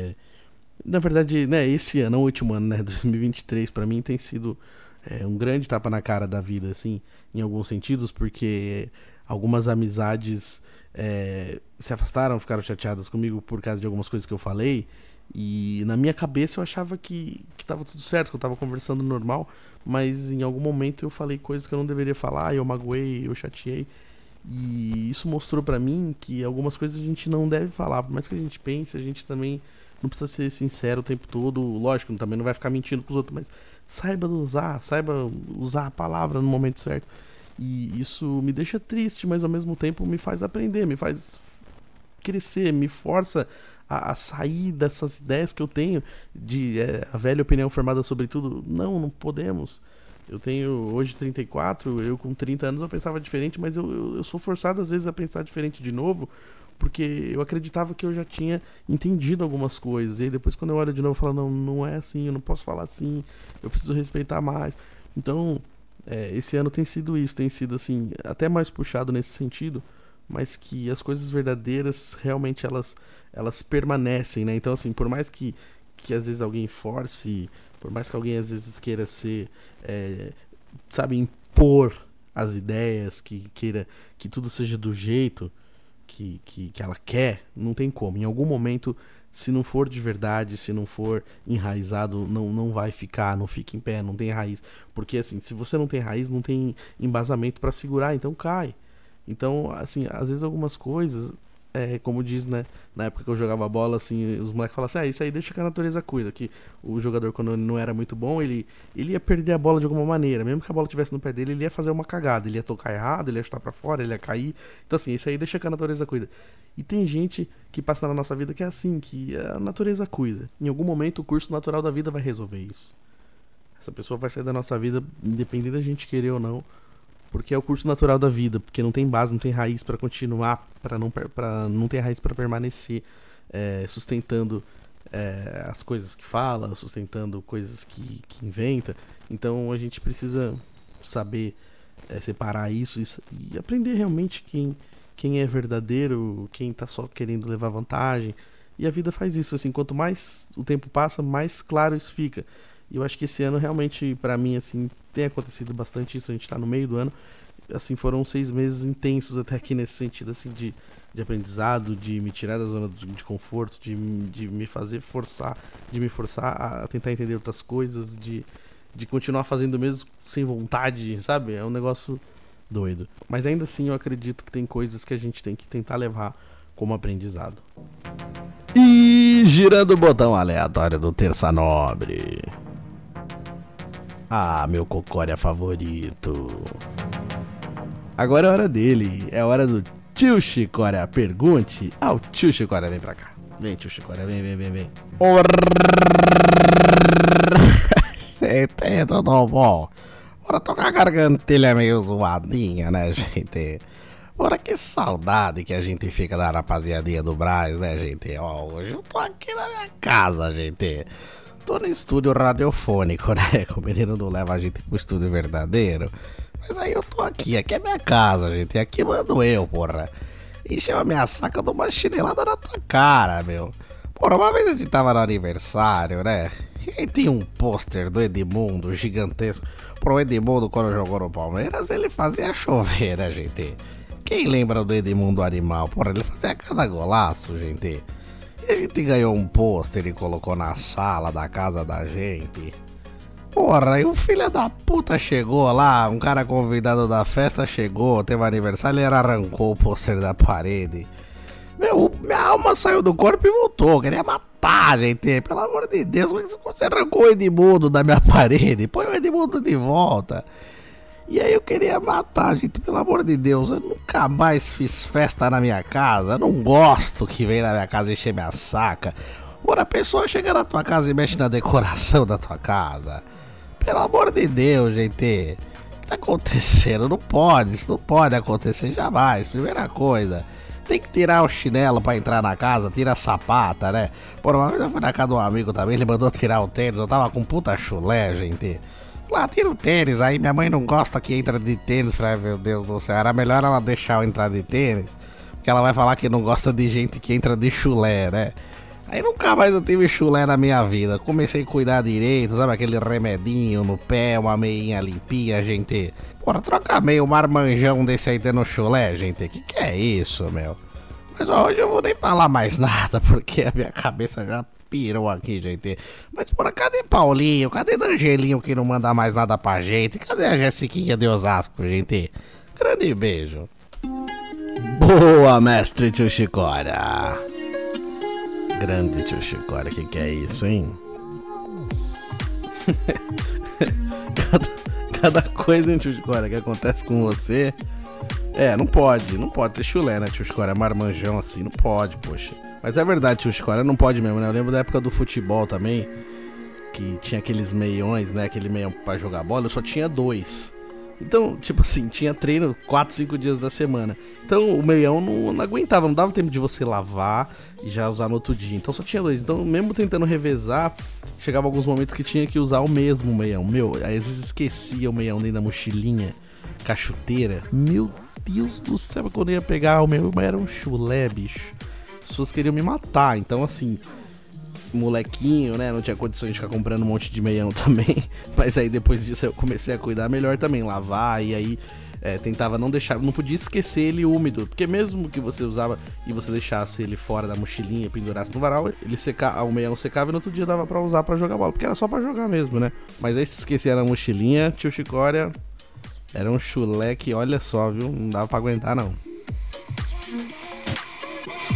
na verdade, né? Esse ano, não o último ano, né? 2023, pra mim tem sido um grande tapa na cara da vida, assim, em alguns sentidos, porque algumas amizades se afastaram, ficaram chateadas comigo por causa de algumas coisas que eu falei. E na minha cabeça eu achava que tava tudo certo, que eu tava conversando normal, mas em algum momento eu falei coisas que eu não deveria falar, eu magoei, eu chateei. E isso mostrou pra mim que algumas coisas a gente não deve falar, por mais que a gente pense, a gente também não precisa ser sincero o tempo todo. Lógico, também não vai ficar mentindo pros outros, mas saiba usar a palavra no momento certo. E isso me deixa triste, mas ao mesmo tempo me faz aprender, me faz crescer, me força a sair dessas ideias que eu tenho de a velha opinião formada sobre tudo. Não podemos. Eu tenho hoje 34, eu com 30 anos eu pensava diferente, mas eu sou forçado às vezes a pensar diferente de novo, porque eu acreditava que eu já tinha entendido algumas coisas. E aí depois quando eu olho de novo eu falo: não é assim, eu não posso falar assim, eu preciso respeitar mais. Então esse ano tem sido isso, tem sido assim, até mais puxado nesse sentido, mas que as coisas verdadeiras realmente elas permanecem, né? Então assim, por mais que às vezes alguém force, por mais que alguém às vezes queira ser, impor as ideias, que queira que tudo seja do jeito que ela quer, não tem como. Em algum momento, se não for de verdade, se não for enraizado, não vai ficar, não fica em pé, não tem raiz. Porque assim, se você não tem raiz, não tem embasamento para segurar, então cai. Então, assim, às vezes algumas coisas como diz, né, na época que eu jogava bola, assim, os moleques falavam assim, isso aí deixa que a natureza cuida, que o jogador, quando não era muito bom, ele ia perder a bola de alguma maneira, mesmo que a bola estivesse no pé dele, ele ia fazer uma cagada, ele ia tocar errado, ele ia chutar pra fora, ele ia cair, então assim, isso aí deixa que a natureza cuida. E tem gente que passa na nossa vida que é assim, que a natureza cuida. Em algum momento o curso natural da vida vai resolver isso. Essa pessoa vai sair da nossa vida, independente da gente querer ou não, porque é o curso natural da vida, porque não tem base, não tem raiz pra continuar, não ter raiz pra permanecer, sustentando as coisas que fala, sustentando coisas que inventa. Então a gente precisa saber separar isso e aprender realmente quem é verdadeiro, quem tá só querendo levar vantagem. E a vida faz isso, assim, quanto mais o tempo passa, mais claro isso fica. E eu acho que esse ano realmente, pra mim, assim, tem acontecido bastante isso. A gente tá no meio do ano, assim, foram 6 meses intensos até aqui nesse sentido, assim, de aprendizado, de me tirar da zona de conforto, de me forçar a tentar entender outras coisas, de continuar fazendo mesmo sem vontade, sabe? É um negócio doido. Mas ainda assim eu acredito que tem coisas que a gente tem que tentar levar como aprendizado. E girando o botão aleatório do Terça Nobre. Ah, meu cocória favorito. Agora é hora dele, é hora do Tio Chicória. Pergunte ao Tio Chicória, vem pra cá. Vem, Tio Chicória, vem. Gente, tudo bom? Ora, tô com a gargantilha meio zoadinha, né, gente? Ora, que saudade que a gente fica da rapaziadinha do Brás, né, gente? Ó, hoje eu tô aqui na minha casa, gente. Tô no estúdio radiofônico, né? O menino não leva a gente pro estúdio verdadeiro. Mas aí eu tô aqui é minha casa, gente. Aqui mando eu, porra. Encheu a minha saca, eu dou uma chinelada na tua cara, meu. Porra, uma vez a gente tava no aniversário, né? E aí tinha um pôster do Edmundo gigantesco. Pro Edmundo, quando jogou no Palmeiras, ele fazia chover, né, gente? Quem lembra do Edmundo Animal? Porra, ele fazia cada golaço, gente. E a gente ganhou um pôster e colocou na sala da casa da gente. Porra, e o filho da puta chegou lá, um cara convidado da festa chegou, teve aniversário, ele arrancou o pôster da parede. Meu, minha alma saiu do corpo e voltou, queria matar, gente, pelo amor de Deus, você arrancou o Edmundo da minha parede, põe o Edmundo de volta. E aí eu queria matar, gente, pelo amor de Deus, eu nunca mais fiz festa na minha casa, eu não gosto que venha na minha casa encher minha saca. Ora, a pessoa chega na tua casa e mexe na decoração da tua casa. Pelo amor de Deus, gente, o que tá acontecendo? Não pode, isso não pode acontecer jamais. Primeira coisa, tem que tirar o chinelo pra entrar na casa, tira a sapata, né? Por uma vez eu fui na casa de um amigo também, ele mandou tirar o tênis, eu tava com puta chulé, gente. Lá, tira o tênis, aí minha mãe não gosta que entra de tênis, meu Deus do céu, era melhor ela deixar eu entrar de tênis, porque ela vai falar que não gosta de gente que entra de chulé, né? Aí nunca mais eu tive chulé na minha vida, comecei a cuidar direito, sabe, aquele remedinho no pé, uma meinha limpinha, gente. Porra, troca meio marmanjão desse aí tendo chulé, gente, que é isso, meu? Mas ó, hoje eu vou nem falar mais nada, porque a minha cabeça já pirou aqui, gente. Mas porra, cadê Paulinho? Cadê Angelinho que não manda mais nada pra gente? Cadê a Jessiquinha de Osasco, gente? Grande beijo. Boa, mestre Tio Chicória. Grande Tio Chicória, que é isso, hein? cada coisa, hein, Tio Chicória, que acontece com você. Não pode ter chulé, né, Tio Chicória? Marmanjão assim, não pode, poxa. Mas é verdade, Tio Chicória, não pode mesmo, né? Eu lembro da época do futebol também, que tinha aqueles meiões, né? Aquele meião pra jogar bola, eu só tinha 2. Então, tipo assim, tinha treino 4, 5 dias da semana. Então o meião não aguentava, não dava tempo de você lavar e já usar no outro dia. Então só tinha 2. Então mesmo tentando revezar, chegava alguns momentos que tinha que usar o mesmo meião. Meu, às vezes esquecia o meião dentro da mochilinha, cachuteira. Meu Deus do céu, quando eu ia pegar o meu, era um chulé, bicho. As pessoas queriam me matar, então assim, molequinho, né, não tinha condições de ficar comprando um monte de meião também, mas aí depois disso eu comecei a cuidar melhor também, lavar, e aí tentava não deixar, não podia esquecer ele úmido, porque mesmo que você usava e você deixasse ele fora da mochilinha, pendurasse no varal, ele o meião secava e no outro dia dava pra usar pra jogar bola, porque era só pra jogar mesmo, né, mas aí se esquecia na mochilinha, Tio Chicória, era um chulé que, olha só, viu, não dava pra aguentar não.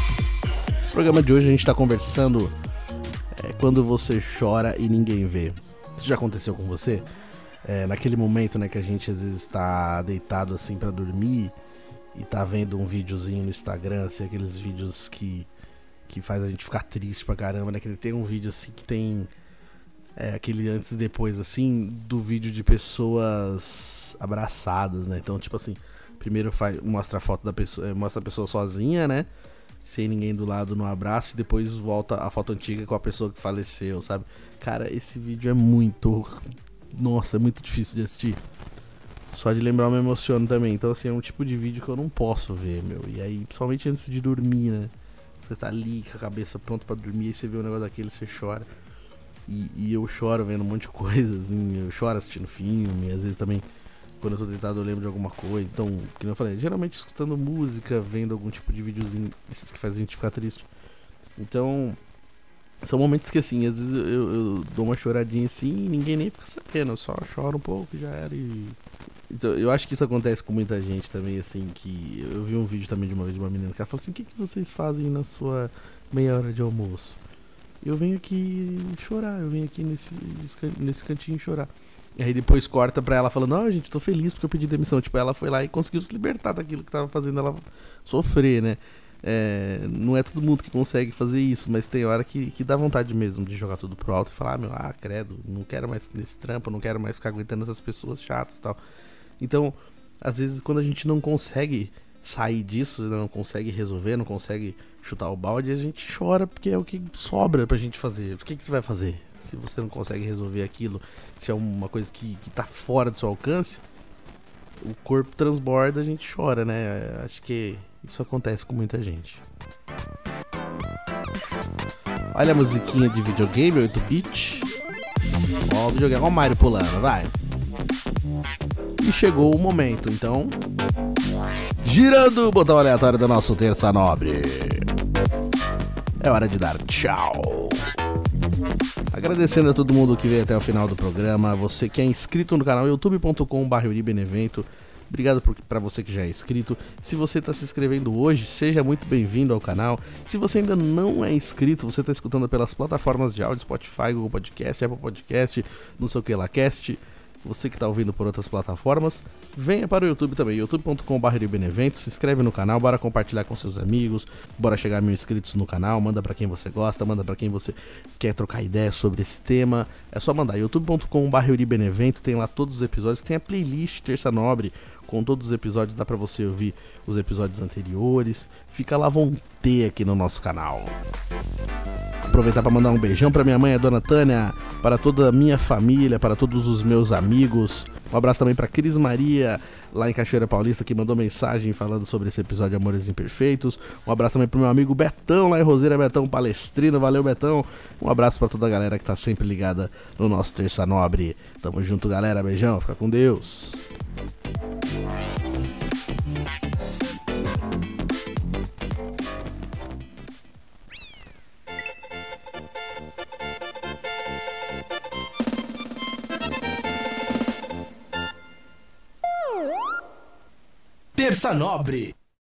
programa de hoje a gente tá conversando quando você chora e ninguém vê. Isso já aconteceu com você? Naquele momento, né, que a gente às vezes tá deitado assim pra dormir e tá vendo um videozinho no Instagram, assim, aqueles vídeos que faz a gente ficar triste pra caramba, né? Que tem um vídeo assim que tem aquele antes e depois, assim, do vídeo de pessoas abraçadas, né? Então, tipo assim, primeiro mostra a foto da pessoa, mostra a pessoa sozinha, né? Sem ninguém do lado no abraço, e depois volta a foto antiga com a pessoa que faleceu, sabe? Cara, esse vídeo é muito... Nossa, é muito difícil de assistir. Só de lembrar eu me emociono também. Então, assim, é um tipo de vídeo que eu não posso ver, meu. E aí, principalmente antes de dormir, né? Você tá ali com a cabeça pronta pra dormir, e você vê um negócio daquele, você chora. E eu choro vendo um monte de coisa, assim. Eu choro assistindo filme, às vezes também, quando eu tô deitado, eu lembro de alguma coisa. Então, como eu falei, geralmente escutando música, vendo algum tipo de videozinho, esses que faz a gente ficar triste. Então, são momentos que, assim, às vezes eu dou uma choradinha assim e ninguém nem fica sabendo. Eu só choro um pouco e já era. Então, eu acho que isso acontece com muita gente também, assim, que... Eu vi um vídeo também de uma vez de uma menina que ela falou assim: o que vocês fazem na sua meia hora de almoço? Eu venho aqui chorar, eu venho aqui nesse cantinho chorar. E aí depois corta pra ela falando: não, gente, tô feliz porque eu pedi demissão. Tipo, ela foi lá e conseguiu se libertar daquilo que tava fazendo ela sofrer, né? Não é todo mundo que consegue fazer isso, mas tem hora que dá vontade mesmo de jogar tudo pro alto e falar: credo, não quero mais nesse trampo, não quero mais ficar aguentando essas pessoas chatas e tal. Então, às vezes, quando a gente não consegue sair disso, não consegue resolver, não consegue chutar o balde, a gente chora porque é o que sobra pra gente fazer. O que você vai fazer se você não consegue resolver aquilo? Se é uma coisa que tá fora do seu alcance, o corpo transborda, a gente chora, né? Acho que isso acontece com muita gente. Olha a musiquinha de videogame, 8-bit. Ó o videogame, ó o Mario pulando, vai. E chegou o momento, então, girando o botão aleatório do nosso Terça Nobre. É hora de dar tchau. Agradecendo a todo mundo que veio até o final do programa. Você que é inscrito no canal youtube.com/euribenevento. Obrigado para você que já é inscrito. Se você está se inscrevendo hoje, seja muito bem-vindo ao canal. Se você ainda não é inscrito, você está escutando pelas plataformas de áudio, Spotify, Google Podcast, Apple Podcast, não sei o que lá, Cast. Você que está ouvindo por outras plataformas, venha para o YouTube também, youtube.com/euribenevento, se inscreve no canal, bora compartilhar com seus amigos, bora chegar a 1000 inscritos no canal, manda para quem você gosta, manda para quem você quer trocar ideia sobre esse tema, é só mandar, youtube.com/euribenevento, tem lá todos os episódios, tem a playlist Terça Nobre, com todos os episódios, dá pra você ouvir os episódios anteriores, fica lá à vontade aqui no nosso canal. Aproveitar para mandar um beijão para minha mãe, a dona Tânia, para toda a minha família, para todos os meus amigos. Um abraço também para Cris Maria, lá em Cachoeira Paulista, que mandou mensagem falando sobre esse episódio de Amores Imperfeitos. Um abraço também pro meu amigo Betão, lá em Roseira, Betão Palestrino. Valeu, Betão. Um abraço para toda a galera que tá sempre ligada no nosso Terça Nobre. Tamo junto, galera. Beijão, fica com Deus. Terça Nobre.